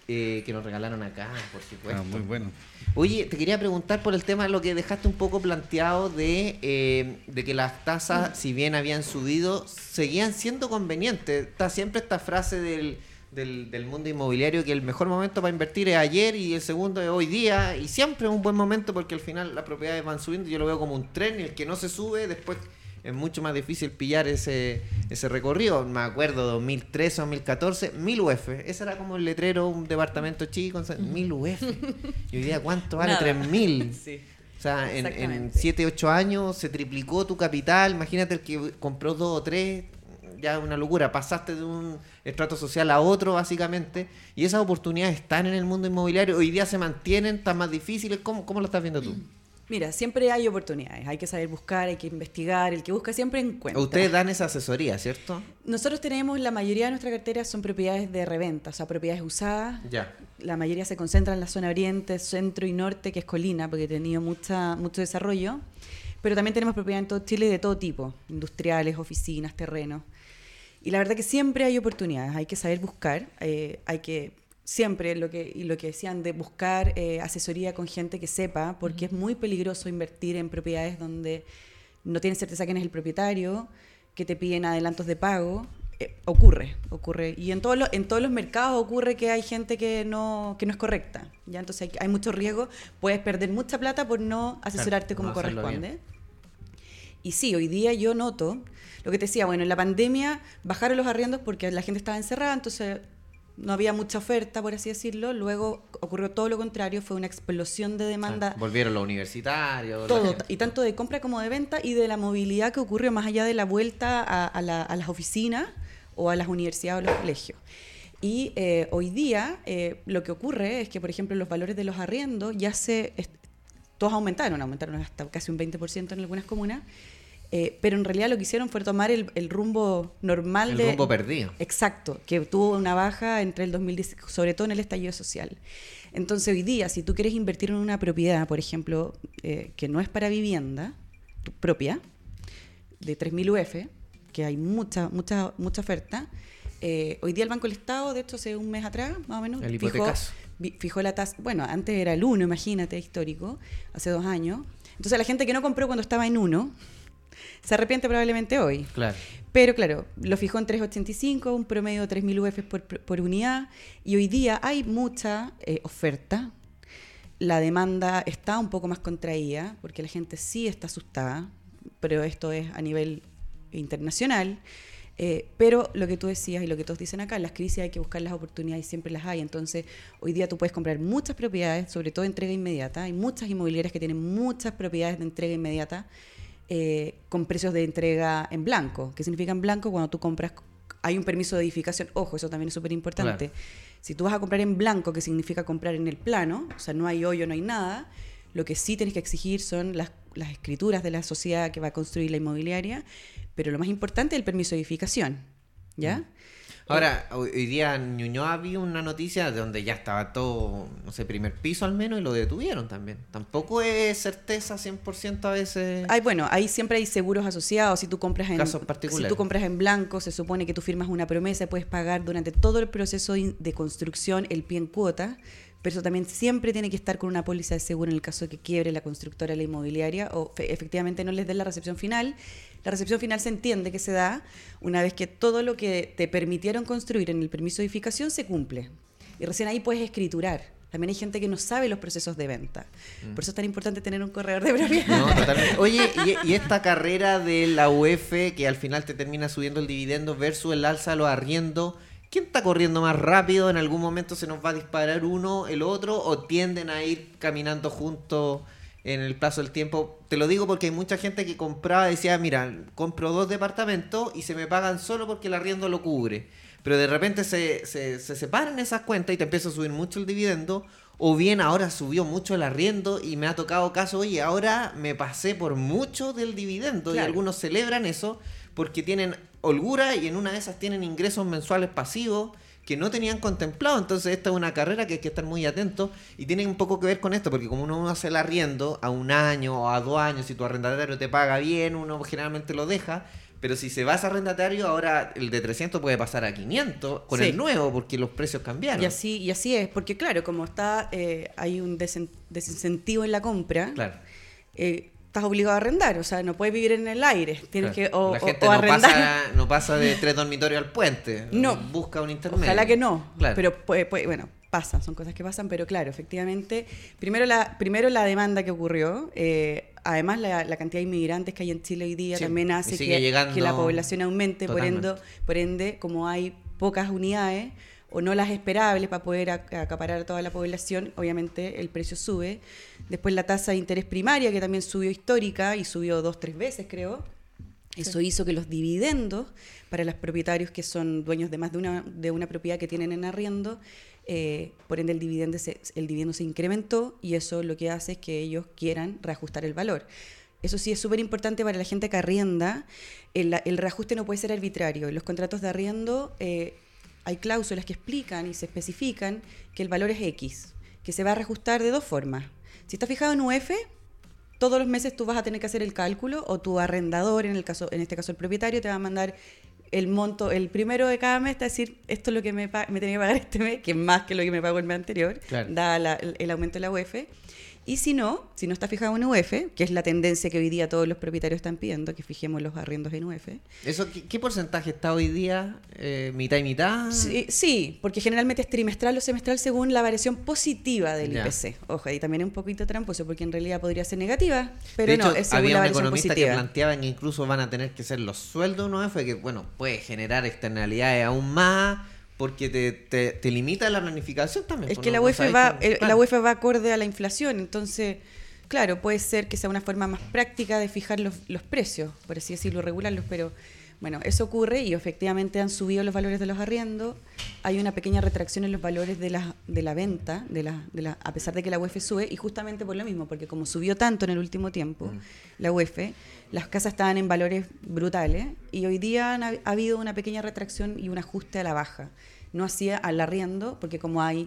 que nos regalaron acá, por supuesto. Muy bueno. Oye, te quería preguntar por el tema, lo que dejaste un poco planteado de que las tasas, si bien habían subido, seguían siendo convenientes. Está siempre esta frase del mundo inmobiliario, que el mejor momento para invertir es ayer y el segundo es hoy día, y siempre es un buen momento porque al final las propiedades van subiendo. Yo lo veo como un tren, y el que no se sube después es mucho más difícil pillar ese recorrido. Me acuerdo, 2013 o 2014, 1000 UF. Ese era como el letrero, un departamento chico, 1000 UF. Y hoy día, ¿cuánto vale? 3000. Sí. O sea, en 7, 8 años se triplicó tu capital. Imagínate el que compró 2 o 3, ya una locura. Pasaste de un estrato social a otro, básicamente. Y esas oportunidades están en el mundo inmobiliario. Hoy día se mantienen, están más difíciles. ¿Cómo lo estás viendo tú? Mira, siempre hay oportunidades, hay que saber buscar, hay que investigar, el que busca siempre encuentra. Ustedes dan esa asesoría, ¿cierto? Nosotros tenemos, la mayoría de nuestra cartera son propiedades de reventa, o sea, propiedades usadas. Ya. La mayoría se concentra en la zona oriente, centro y norte, que es colina, porque he tenido mucho desarrollo. Pero también tenemos propiedades en todo Chile de todo tipo, industriales, oficinas, terrenos. Y la verdad que siempre hay oportunidades, hay que saber buscar, hay que... Siempre lo que decían de buscar asesoría con gente que sepa, porque es muy peligroso invertir en propiedades donde no tienes certeza quién es el propietario, que te piden adelantos de pago. Ocurre. Y en todos los mercados ocurre que hay gente que no es correcta. ¿Ya? Entonces hay mucho riesgo, puedes perder mucha plata por no asesorarte como corresponde. Y sí, hoy día yo noto, lo que te decía, bueno, en la pandemia bajaron los arriendos porque la gente estaba encerrada, entonces... no había mucha oferta, por así decirlo. Luego ocurrió todo lo contrario, fue una explosión de demanda. Volvieron los universitarios. Todo, y tanto de compra como de venta, y de la movilidad que ocurrió más allá de la vuelta a las oficinas o a las universidades o los colegios. Y hoy día lo que ocurre es que, por ejemplo, los valores de los arriendos todos aumentaron hasta casi un 20% en algunas comunas. Pero en realidad lo que hicieron fue tomar el rumbo normal. El rumbo perdido. Exacto, que tuvo una baja entre el 2010, sobre todo en el estallido social. Entonces hoy día, si tú quieres invertir en una propiedad, por ejemplo, que no es para vivienda, propia, de 3.000 UF, que hay mucha oferta, hoy día el Banco del Estado, de hecho hace un mes atrás, más o menos, el hipotecazo. Fijó la tasa. Bueno, antes era el 1, imagínate, histórico, hace 2 años. Entonces la gente que no compró cuando estaba en 1... se arrepiente probablemente hoy. Claro. Pero claro, lo fijó en 3.85, un promedio de 3.000 UF por unidad, y hoy día hay mucha oferta. La demanda está un poco más contraída, porque la gente sí está asustada, pero esto es a nivel internacional. Pero lo que tú decías y lo que todos dicen acá, en las crisis hay que buscar las oportunidades y siempre las hay. Entonces, hoy día tú puedes comprar muchas propiedades, sobre todo de entrega inmediata. Hay muchas inmobiliarias que tienen muchas propiedades de entrega inmediata, con precios de entrega en blanco. ¿Qué significa en blanco? Cuando tú compras, hay un permiso de edificación. Ojo, eso también es súper importante. Claro. Si tú vas a comprar en blanco, que significa comprar en el plano, o sea, no hay hoyo, no hay nada, lo que sí tienes que exigir son las escrituras de la sociedad que va a construir la inmobiliaria, pero lo más importante es el permiso de edificación, ¿ya? Ahora, hoy día en Ñuñoa vi una noticia de donde ya estaba todo, no sé, primer piso al menos, y lo detuvieron también. Tampoco es certeza 100% a veces. Ahí siempre hay seguros asociados. Si tú compras casos particulares. Si tú compras en blanco, se supone que tú firmas una promesa y puedes pagar durante todo el proceso de construcción el pie en cuota, pero eso también siempre tiene que estar con una póliza de seguro en el caso de que quiebre la constructora, la inmobiliaria, o efectivamente no les den la recepción final. La recepción final se entiende que se da una vez que todo lo que te permitieron construir en el permiso de edificación se cumple. Y recién ahí puedes escriturar. También hay gente que no sabe los procesos de venta. Por eso es tan importante tener un corredor de propiedad. No, totalmente. Oye, y esta carrera de la UF, que al final te termina subiendo el dividendo versus el alza de los arriendos, ¿quién está corriendo más rápido? ¿En algún momento se nos va a disparar uno, el otro? ¿O tienden a ir caminando juntos en el plazo del tiempo? Te lo digo porque hay mucha gente que compraba y decía, mira, compro 2 departamentos y se me pagan solo porque el arriendo lo cubre. Pero de repente se separan esas cuentas y te empieza a subir mucho el dividendo. O bien ahora subió mucho el arriendo y me ha tocado caso, oye, ahora me pasé por mucho del dividendo. Claro. Y algunos celebran eso porque tienen holgura y en una de esas tienen ingresos mensuales pasivos que no tenían contemplado. Entonces esta es una carrera que hay que estar muy atento y tiene un poco que ver con esto, porque como uno hace el arriendo a 1 año o a 2 años, si tu arrendatario te paga bien, uno generalmente lo deja, Pero si se va a ese arrendatario, ahora el de 300 puede pasar a 500 con el nuevo, porque los precios cambiaron. Y así es, porque claro, como hay un desincentivo en la compra, claro. Estás obligado a arrendar, o sea, no puedes vivir en el aire, tienes que la gente no pasa de 3 dormitorios al puente, busca un intermedio. Ojalá que no, claro. Pero bueno, son cosas que pasan, pero claro, efectivamente, primero la demanda que ocurrió, además la cantidad de inmigrantes que hay en Chile hoy día también hace que la población aumente, por ende, como hay pocas unidades o no las esperables para poder acaparar a toda la población, obviamente el precio sube. Después la tasa de interés primaria, que también subió histórica y subió 2-3 veces, creo. Eso hizo que los dividendos para los propietarios que son dueños de más de una propiedad que tienen en arriendo, por ende el dividendo se incrementó, y eso lo que hace es que ellos quieran reajustar el valor. Eso sí es súper importante para la gente que arrienda. El reajuste no puede ser arbitrario. En los contratos de arriendo hay cláusulas que explican y se especifican que el valor es X, que se va a reajustar de 2 formas. Si está fijado en UF, todos los meses tú vas a tener que hacer el cálculo, o tu arrendador, en este caso el propietario, te va a mandar el monto, el primero de cada mes, te va a decir, esto es lo que me tenía que pagar este mes, que es más que lo que me pagó el mes anterior, claro. Da el aumento de la UF. Y si no está fijado en UF, que es la tendencia que hoy día todos los propietarios están pidiendo, que fijemos los arriendos en UF. ¿Eso qué porcentaje está hoy día? ¿Mitad y mitad? Sí, porque generalmente es trimestral o semestral según la variación positiva del IPC. Ojo, y también es un poquito tramposo, porque en realidad podría ser negativa, pero de hecho, no, es según la variación positiva. Había un economista que planteaba que incluso van a tener que ser los sueldos en UF, que bueno, puede generar externalidades aún más, porque te limita la planificación también. Es que la UEF va acorde a la inflación, entonces, claro, puede ser que sea una forma más práctica de fijar los precios, por así decirlo, regularlos, pero bueno, eso ocurre y efectivamente han subido los valores de los arriendos. Hay una pequeña retracción en los valores de la venta, a pesar de que la UEF sube, y justamente por lo mismo, porque como subió tanto en el último tiempo, la UEF, las casas estaban en valores brutales, y hoy día ha habido una pequeña retracción y un ajuste a la baja. No hacía al arriendo, porque como hay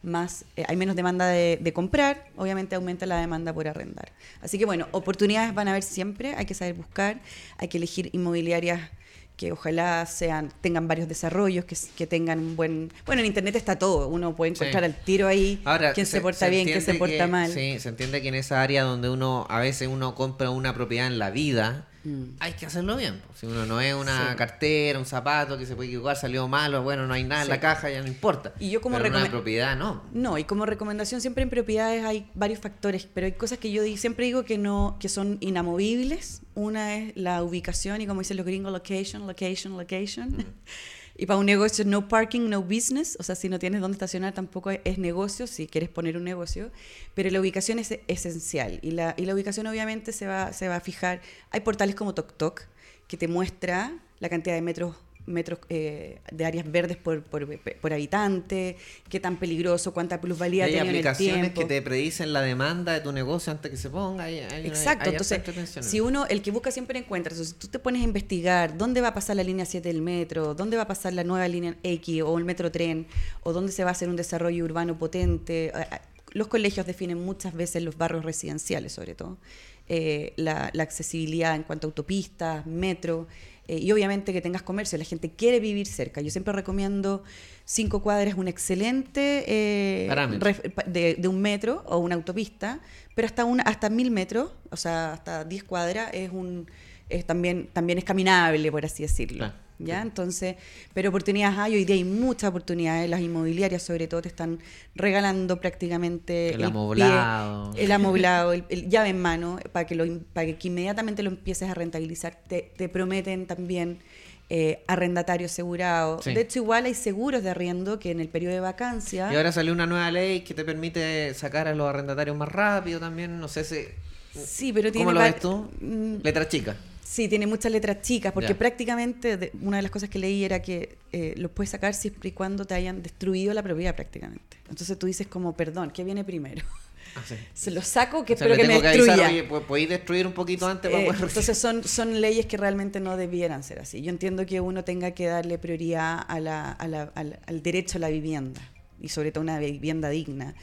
menos demanda de comprar, obviamente aumenta la demanda por arrendar. Así que bueno, oportunidades van a haber siempre, hay que saber buscar, hay que elegir inmobiliarias que ojalá tengan varios desarrollos, que tengan un buen... Bueno, en internet está todo, uno puede encontrar al tiro ahí quién se porta bien, quién se porta mal. Sí, se entiende que en esa área donde a veces uno compra una propiedad en la vida, hay que hacerlo bien. Si uno no es una cartera, un zapato que se puede equivocar, salió malo, bueno, no hay nada en la caja, ya no importa. Y yo como pero en una propiedad no. No, y como recomendación siempre en propiedades hay varios factores, pero hay cosas que yo siempre digo que son inamovibles. Una es la ubicación, y como dicen los gringos, location. Y para un negocio, no parking, no business. O sea, si no tienes dónde estacionar, tampoco es negocio, si quieres poner un negocio. Pero la ubicación es esencial. Y la ubicación obviamente se va a fijar. Hay portales como TokTok, que te muestra la cantidad de metros de áreas verdes por habitante, qué tan peligroso, cuánta plusvalía tiene en el tiempo. Hay aplicaciones que te predicen la demanda de tu negocio antes que se ponga. Exacto, entonces si el que busca siempre encuentra. Entonces, si tú te pones a investigar dónde va a pasar la línea 7 del metro, dónde va a pasar la nueva línea X o el metro tren, o dónde se va a hacer un desarrollo urbano potente. Los colegios definen muchas veces los barrios residenciales, sobre todo, la accesibilidad en cuanto a autopistas, metro, y obviamente que tengas comercio. La gente quiere vivir cerca. Yo siempre recomiendo 5 cuadras, un excelente de un metro o una autopista, pero hasta 1000 metros, o sea, hasta 10 cuadras también es caminable, por así decirlo. Claro. ¿Ya? Entonces, pero oportunidades hoy día hay muchas oportunidades. Las inmobiliarias sobre todo te están regalando prácticamente el amoblado, el llave en mano, para que inmediatamente lo empieces a rentabilizar. Te prometen también arrendatario asegurado. Sí. De hecho, igual hay seguros de arriendo que en el periodo de vacancia. Y ahora salió una nueva ley que te permite sacar a los arrendatarios más rápido también. No sé si... Sí, pero ¿cómo lo ves tú? Letras chicas. Sí, tiene muchas letras chicas, porque prácticamente una de las cosas que leí era que los puedes sacar siempre y cuando te hayan destruido la propiedad prácticamente. Entonces tú dices como, perdón, ¿qué viene primero? Sí. Se lo saco, espero que me destruya. ¿Podéis destruir un poquito antes? Entonces son leyes que realmente no debieran ser así. Yo entiendo que uno tenga que darle prioridad al derecho a la vivienda, y sobre todo una vivienda digna.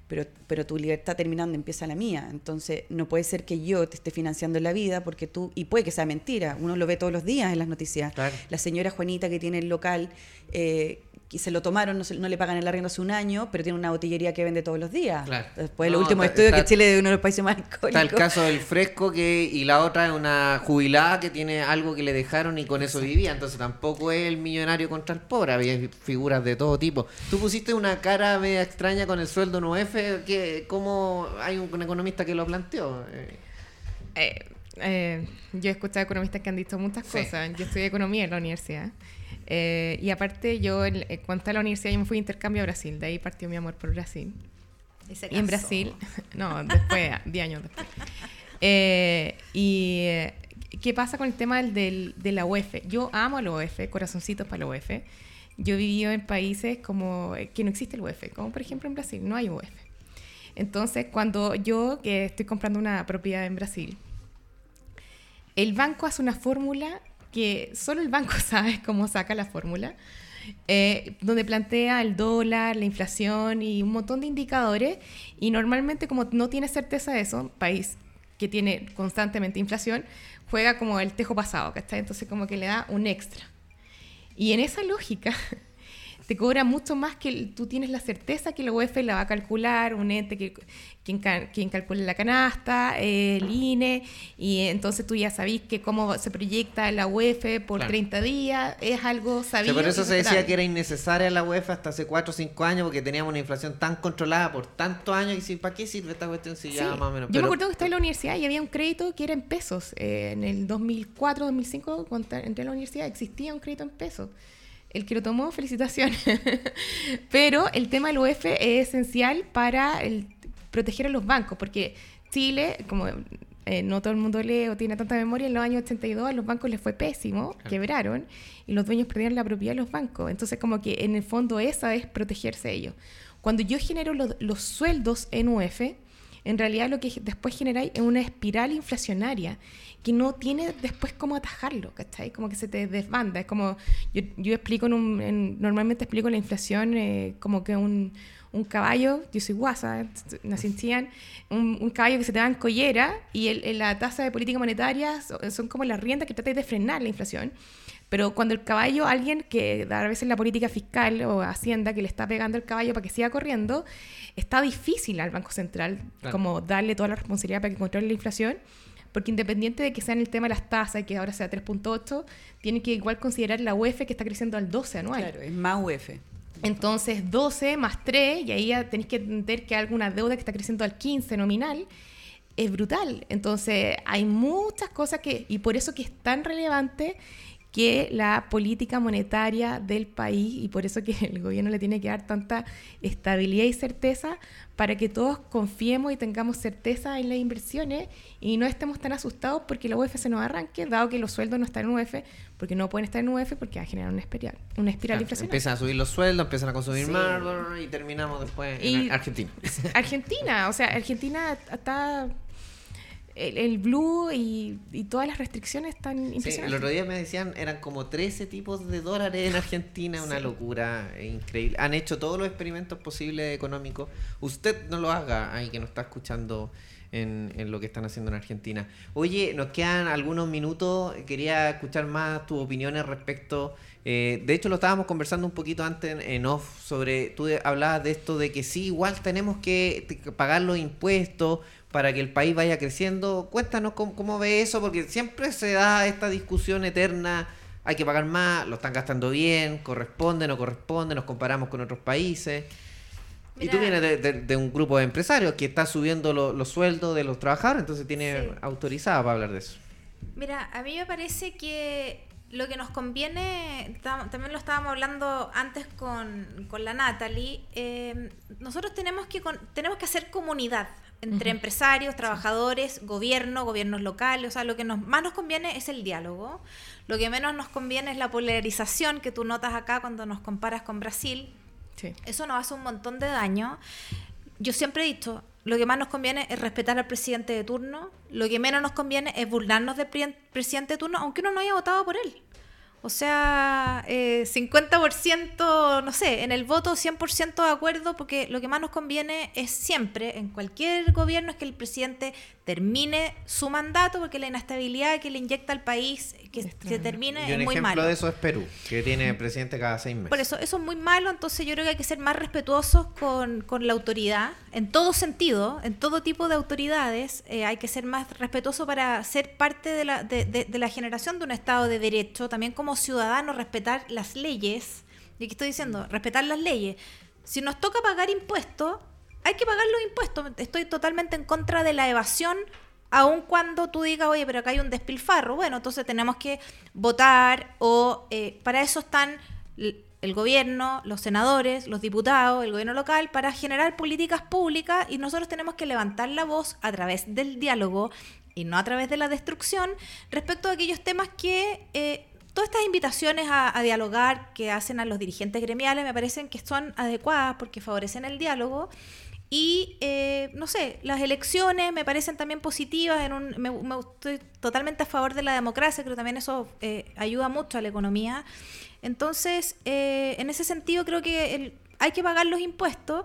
pero tu libertad termina donde empieza la mía. Entonces, no puede ser que yo te esté financiando la vida porque tú, y puede que sea mentira, uno lo ve todos los días en las noticias. Claro. La señora Juanita que tiene el local, que se lo tomaron, no le pagan el arriendo hace un año, pero tiene una botillería que vende todos los días. Claro. Después el último estudio que Chile es uno de los países más alcohólicos. Está el caso del Fresco, y la otra es una jubilada que tiene algo que le dejaron y con eso vivía. Entonces tampoco es el millonario contra el pobre, había figuras de todo tipo. Tú pusiste una cara media extraña con el sueldo en UF. ¿Cómo hay un economista que lo planteó? Yo he escuchado economistas que han dicho muchas cosas. Yo estudié economía en la universidad. Y aparte, yo, cuando estaba en la universidad, yo me fui de intercambio a Brasil. De ahí partió mi amor por Brasil. Y en Brasil, no, después, 10 años después. ¿Qué pasa con el tema de la UF? Yo amo a la UF, corazoncitos para la UF. Yo he vivido en países como que no existe el UF, como por ejemplo en Brasil, no hay UF. Entonces, cuando yo que estoy comprando una propiedad en Brasil, el banco hace una fórmula que solo el banco sabe cómo saca la fórmula, donde plantea el dólar, la inflación y un montón de indicadores, y normalmente como no tiene certeza de eso, país que tiene constantemente inflación, juega como el tejo pasado, ¿cachai? Entonces como que le da un extra. Y en esa lógica te cobra mucho más que tú tienes la certeza que la UF la va a calcular, un ente quien calcula la canasta, el INE, y entonces tú ya sabís que cómo se proyecta la UF por 30 días, es algo sabido. Por eso se decía que era innecesaria la UF hasta hace 4 o 5 años, porque teníamos una inflación tan controlada por tantos años, y ¿para qué sirve esta cuestión si ya más o menos? Yo me acuerdo que estaba en la universidad y había un crédito que era en pesos. En el 2004, 2005, cuando entré a la universidad, existía un crédito en pesos. El que lo tomó, felicitaciones. Pero el tema del UF es esencial para proteger a los bancos, porque Chile, como no todo el mundo lee o tiene tanta memoria, en los años 82 a los bancos les fue pésimo, quebraron, y los dueños perdieron la propiedad de los bancos. Entonces, como que en el fondo esa es protegerse ellos. Cuando yo genero los sueldos en UF, en realidad lo que después generáis es una espiral inflacionaria que no tiene después cómo atajarlo, ¿cachai? Como que se te desbanda. Es como, yo explico normalmente explico la inflación como que un caballo, yo soy guasa, nací en Chillán, un caballo que se te va en collera, y la tasa de política monetaria son como las riendas que tratáis de frenar la inflación. Pero cuando el caballo, alguien que a veces la política fiscal o Hacienda que le está pegando al caballo para que siga corriendo, está difícil al Banco Central como darle toda la responsabilidad para que controle la inflación, porque independiente de que sea en el tema de las tasas y que ahora sea 3.8, tiene que igual considerar la UF que está creciendo al 12 anual. Claro, es más UF. Entonces 12 más 3, y ahí ya tenéis que entender que hay alguna deuda que está creciendo al 15 nominal, es brutal. Entonces hay muchas cosas y por eso que es tan relevante que la política monetaria del país, y por eso que el gobierno le tiene que dar tanta estabilidad y certeza para que todos confiemos y tengamos certeza en las inversiones y no estemos tan asustados porque la UF se nos arranque, dado que los sueldos no están en UF, porque no pueden estar en UF porque va a generar una espiral inflacionaria. Empiezan a subir los sueldos, empiezan a consumir más, y terminamos después en Argentina. Argentina está... El blue y todas las restricciones están impresionantes. Sí, el otro día me decían, eran como 13 tipos de dólares en Argentina, una locura increíble. Han hecho todos los experimentos posibles económicos. Usted no lo haga ahí, que nos está escuchando en lo que están haciendo en Argentina. Oye, nos quedan algunos minutos, quería escuchar más tus opiniones respecto... de hecho, lo estábamos conversando un poquito antes en off, tú hablabas de esto de que sí, igual tenemos que pagar los impuestos para que el país vaya creciendo. Cuéntanos cómo ve eso, porque siempre se da esta discusión eterna, hay que pagar más, lo están gastando bien, corresponde, no corresponde, nos comparamos con otros países. Mira, y tú vienes de un grupo de empresarios que está subiendo los sueldos de los trabajadores, entonces tiene autorizada para hablar de eso. Mira, a mí me parece que lo que nos conviene, también lo estábamos hablando antes con la Natalie, nosotros tenemos que hacer comunidad entre empresarios, trabajadores, gobiernos locales. O sea, lo que más nos conviene es el diálogo. Lo que menos nos conviene es la polarización que tú notas acá cuando nos comparas con Brasil. Sí. Eso nos hace un montón de daño. Yo siempre he dicho, lo que más nos conviene es respetar al presidente de turno. Lo que menos nos conviene es burlarnos del presidente de turno, aunque uno no haya votado por él. O sea, 50%, no sé, en el voto 100% de acuerdo, porque lo que más nos conviene es siempre, en cualquier gobierno, es que el presidente termine su mandato, porque la inestabilidad que le inyecta al país, que termine, es muy malo. Un ejemplo de eso es Perú, que tiene presidente cada 6 meses. Por eso es muy malo, entonces yo creo que hay que ser más respetuosos con la autoridad, en todo sentido, en todo tipo de autoridades, hay que ser más respetuosos para ser parte de la generación de un Estado de Derecho, también como ciudadanos, respetar las leyes. ¿Y qué estoy diciendo? Respetar las leyes. Si nos toca pagar impuestos, hay que pagar los impuestos. Estoy totalmente en contra de la evasión, aun cuando tú digas, oye, pero acá hay un despilfarro. Bueno, entonces tenemos que votar, o para eso están el gobierno, los senadores, los diputados, el gobierno local, para generar políticas públicas, y nosotros tenemos que levantar la voz a través del diálogo y no a través de la destrucción respecto a aquellos temas que... todas estas invitaciones a dialogar que hacen a los dirigentes gremiales me parecen que son adecuadas porque favorecen el diálogo. Y, no sé, las elecciones me parecen también positivas. Estoy totalmente a favor de la democracia, creo que también eso ayuda mucho a la economía. Entonces, en ese sentido creo que hay que pagar los impuestos,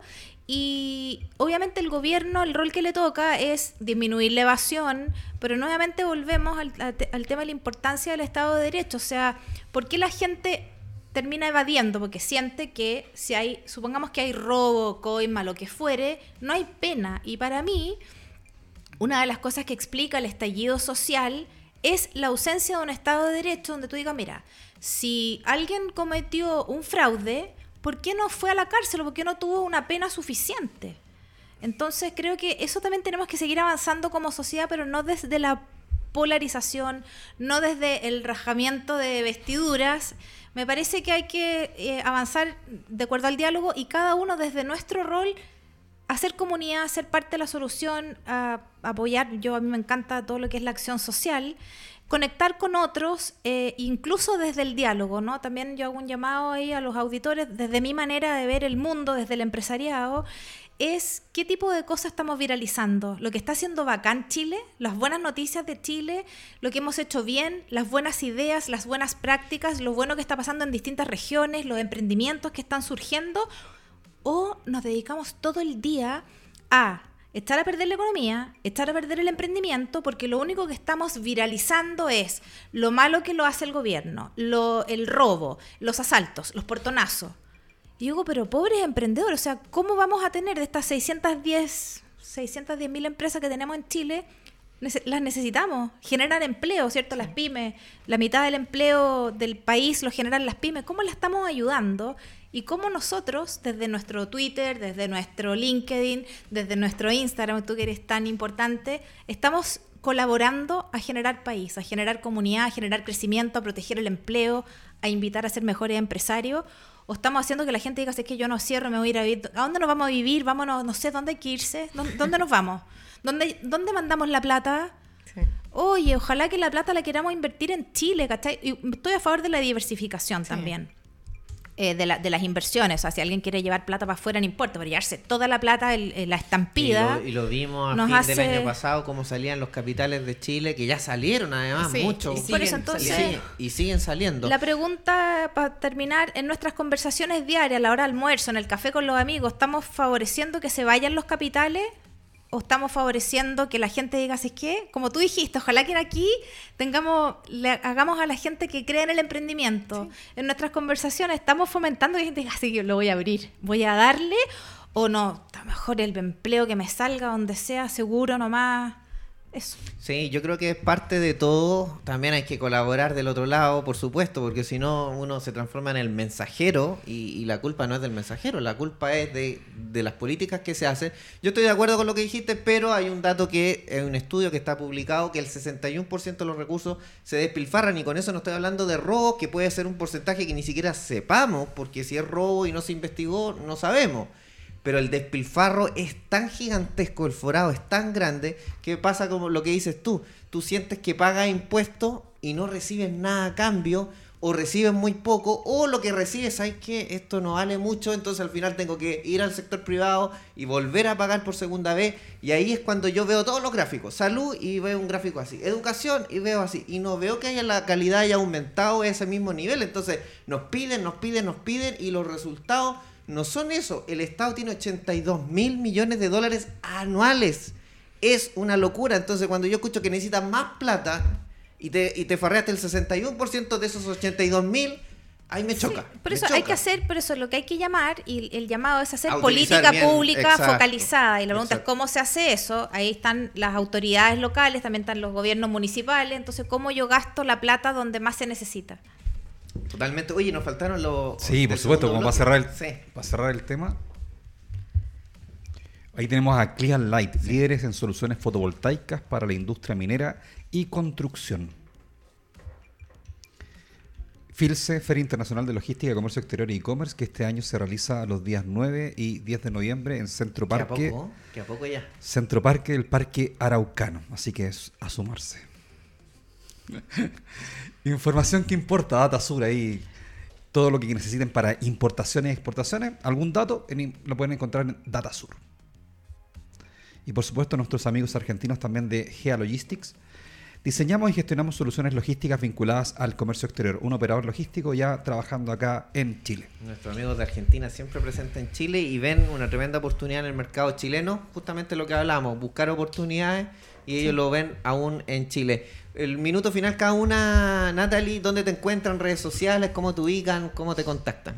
y obviamente el gobierno, el rol que le toca es disminuir la evasión, pero nuevamente volvemos al tema de la importancia del Estado de Derecho. O sea, ¿por qué la gente termina evadiendo? Porque siente que supongamos que hay robo, coima, lo que fuere, no hay pena. Y para mí, una de las cosas que explica el estallido social es la ausencia de un Estado de Derecho donde tú digas, mira, si alguien cometió un fraude, ¿por qué no fue a la cárcel? ¿Por qué no tuvo una pena suficiente? Entonces creo que eso también tenemos que seguir avanzando como sociedad, pero no desde la polarización, no desde el rajamiento de vestiduras. Me parece que hay que avanzar de acuerdo al diálogo, y cada uno desde nuestro rol hacer comunidad, ser parte de la solución, apoyar. A mí me encanta todo lo que es la acción social, conectar con otros, incluso desde el diálogo, ¿no? También yo hago un llamado ahí a los auditores, desde mi manera de ver el mundo, desde el empresariado, es qué tipo de cosas estamos viralizando. Lo que está haciendo bacán Chile, las buenas noticias de Chile, lo que hemos hecho bien, las buenas ideas, las buenas prácticas, lo bueno que está pasando en distintas regiones, los emprendimientos que están surgiendo, o nos dedicamos todo el día a echar a perder la economía, echar a perder el emprendimiento, porque lo único que estamos viralizando es lo malo que lo hace el gobierno, el robo, los asaltos, los portonazos. Y digo, pero pobres emprendedores, o sea, ¿cómo vamos a tener de estas 610.000 empresas que tenemos en Chile? Las necesitamos, generan empleo, ¿cierto? Las pymes, la mitad del empleo del país lo generan las pymes. ¿Cómo las estamos ayudando? Y cómo nosotros, desde nuestro Twitter, desde nuestro LinkedIn, desde nuestro Instagram, tú que eres tan importante, estamos colaborando a generar país, a generar comunidad, a generar crecimiento, a proteger el empleo, a invitar a ser mejores empresarios. ¿O estamos haciendo que la gente diga, es que yo no cierro, me voy a ir a vivir? ¿A dónde nos vamos a vivir? Vámonos, no sé, ¿dónde hay que irse? ¿Dónde nos vamos? ¿Dónde mandamos la plata? Sí. Oye, ojalá que la plata la queramos invertir en Chile, ¿cachai? Y estoy a favor de la diversificación también. De las inversiones. O sea, si alguien quiere llevar plata para afuera, no importa, pero llevarse toda la plata, la estampida. Y lo vimos a fin del año pasado, cómo salían los capitales de Chile, que ya salieron además, muchos. Por eso entonces, y siguen saliendo. La pregunta, para terminar, en nuestras conversaciones diarias, a la hora de almuerzo, en el café con los amigos, ¿estamos favoreciendo que se vayan los capitales? ¿O estamos favoreciendo que la gente diga, ¿sabes qué? Como tú dijiste, ojalá que aquí hagamos a la gente que cree en el emprendimiento. Sí. En nuestras conversaciones estamos fomentando que la gente diga, así que lo voy a abrir, voy a darle, o no, está mejor el empleo que me salga donde sea, seguro nomás. Eso. Sí, yo creo que es parte de todo. También hay que colaborar del otro lado, por supuesto, porque si no uno se transforma en el mensajero, y la culpa no es del mensajero, la culpa es de las políticas que se hacen. Yo estoy de acuerdo con lo que dijiste, pero hay un dato que es un estudio que está publicado, que el 61% de los recursos se despilfarran, y con eso no estoy hablando de robo, que puede ser un porcentaje que ni siquiera sepamos, porque si es robo y no se investigó, no sabemos. Pero el despilfarro es tan gigantesco, el forado es tan grande, que pasa como lo que dices tú. Tú sientes que pagas impuestos y no recibes nada a cambio, o reciben muy poco, o lo que recibes, ¿sabes qué? Esto no vale mucho, entonces al final tengo que ir al sector privado y volver a pagar por segunda vez, y ahí es cuando yo veo todos los gráficos, salud y veo un gráfico así, educación y veo así, y no veo que la calidad haya aumentado a ese mismo nivel, entonces nos piden y los resultados no son eso. El Estado tiene 82 mil millones de dólares anuales, es una locura. Entonces cuando yo escucho que necesitan más plata y te farreaste el 61% de esos 82 mil, ahí me choca. Sí, por eso hay que hacer, por eso lo que hay que llamar, y el llamado es hacer política pública focalizada. Y la pregunta es cómo se hace eso. Ahí están las autoridades locales, también están los gobiernos municipales. Entonces, ¿cómo yo gasto la plata donde más se necesita? Totalmente. Oye, nos faltaron los... Sí, por supuesto, como para cerrar el tema. Ahí tenemos a Clear Light, líderes en soluciones fotovoltaicas para la industria minera y construcción. FILCE, Feria Internacional de Logística, Comercio Exterior e E-Commerce, que este año se realiza los días 9 y 10 de noviembre en Centro Parque. ¿Que a poco ya? Centro Parque del Parque Araucano. Así que es a sumarse. Información que importa, DataSur ahí. Todo lo que necesiten para importaciones y exportaciones. Algún dato lo pueden encontrar en DataSur. Y por supuesto nuestros amigos argentinos también de GEA Logistics. Diseñamos y gestionamos soluciones logísticas vinculadas al comercio exterior. Un operador logístico ya trabajando acá en Chile. Nuestros amigos de Argentina siempre presentes en Chile y ven una tremenda oportunidad en el mercado chileno. Justamente lo que hablamos, buscar oportunidades, y ellos lo ven aún en Chile. El minuto final cada una, Natalie, ¿dónde te encuentran? ¿Redes sociales? ¿Cómo te ubican? ¿Cómo te contactan?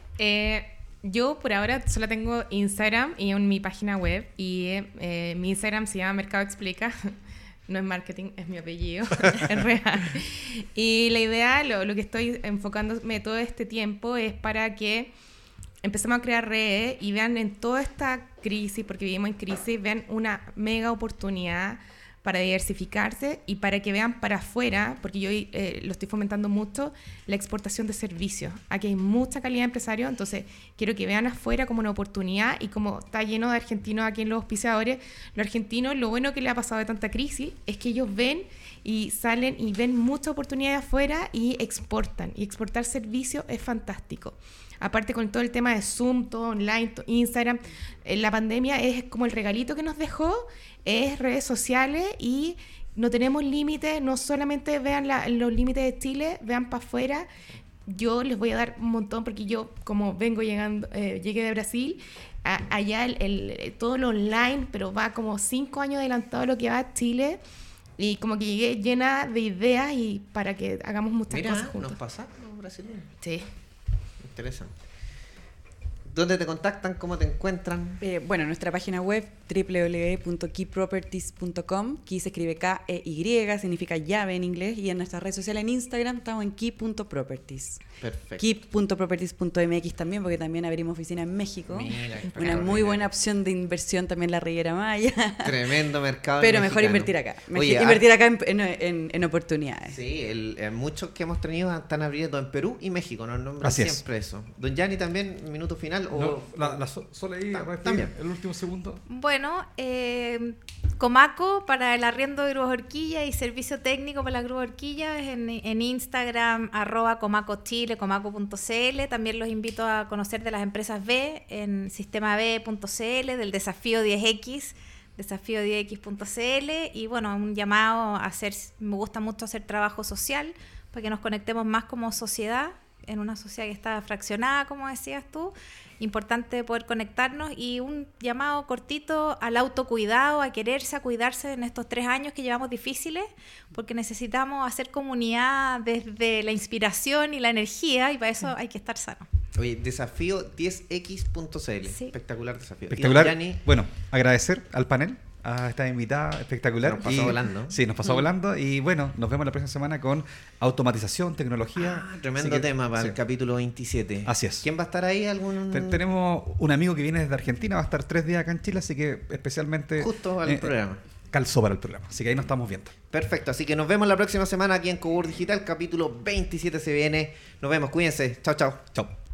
Yo por ahora solo tengo Instagram y en mi página web, y mi Instagram se llama Mercado Explica. No es marketing, es mi apellido, es real. Y la idea, lo que estoy enfocándome todo este tiempo es para que empecemos a crear redes y vean en toda esta crisis, porque vivimos en crisis, vean una mega oportunidad para diversificarse y para que vean para afuera, porque yo lo estoy fomentando mucho, la exportación de servicios. Aquí hay mucha calidad de empresarios, entonces quiero que vean afuera como una oportunidad, y como está lleno de argentinos aquí en los auspiciadores, los argentinos, lo bueno que le ha pasado de tanta crisis es que ellos ven y salen y ven mucha oportunidad afuera y exportan. Y exportar servicios es fantástico. Aparte con todo el tema de Zoom, todo online, Instagram, la pandemia es como el regalito que nos dejó, es redes sociales, y no tenemos límites, no solamente vean los límites de Chile, vean para afuera. Yo les voy a dar un montón, porque yo como llegué de Brasil, allá todo lo online, pero va como 5 años adelantado lo que va a Chile, y como que llegué llena de ideas y para que hagamos muchas cosas juntos. ¿Nos pasaron los brasileños? Sí. Interesante. ¿Dónde te contactan? ¿Cómo te encuentran? Bueno, nuestra página web www.keyproperties.com. Key se escribe K-E-Y, significa llave en inglés, y en nuestras redes sociales en Instagram estamos en key.properties. Perfecto. Key.properties.mx también, porque también abrimos oficina en México. Mira, una muy buena opción de inversión también la Riviera Maya. Tremendo mercado. Pero mejor invertir acá. Invertir acá en oportunidades. Sí, muchos que hemos tenido están abriendo en Perú y México, nos nombran siempre eso. Don Gianni también, minuto final. Solo ahí, también. El último segundo. Bueno, Comaco para el arriendo de grúas horquilla y servicio técnico para las grúas horquillas en Instagram, @comacochile, comaco.cl. También los invito a conocer de las empresas B en sistemab.cl, del desafío 10X, desafío 10X.cl. Y bueno, un llamado a me gusta mucho hacer trabajo social para que nos conectemos más como sociedad, en una sociedad que está fraccionada, como decías tú. Importante poder conectarnos, y un llamado cortito al autocuidado, a quererse, a cuidarse en estos 3 años que llevamos difíciles, porque necesitamos hacer comunidad desde la inspiración y la energía, y para eso hay que estar sano. Oye, desafío 10x.cl. Sí. Espectacular desafío. Espectacular. Bueno, agradecer al panel, a esta invitada espectacular. Nos pasó volando. Sí, nos pasó volando. Y bueno, nos vemos la próxima semana con automatización, tecnología. Tremendo tema para el capítulo 27. Así es. ¿Quién va a estar ahí? Tenemos un amigo que viene desde Argentina, va a estar 3 días acá en Chile, así que especialmente... Justo al programa. Calzó para el programa, así que ahí nos estamos viendo. Perfecto, así que nos vemos la próxima semana aquí en Cowork Digital, capítulo 27 se viene. Nos vemos, cuídense. Chao, chao. Chao.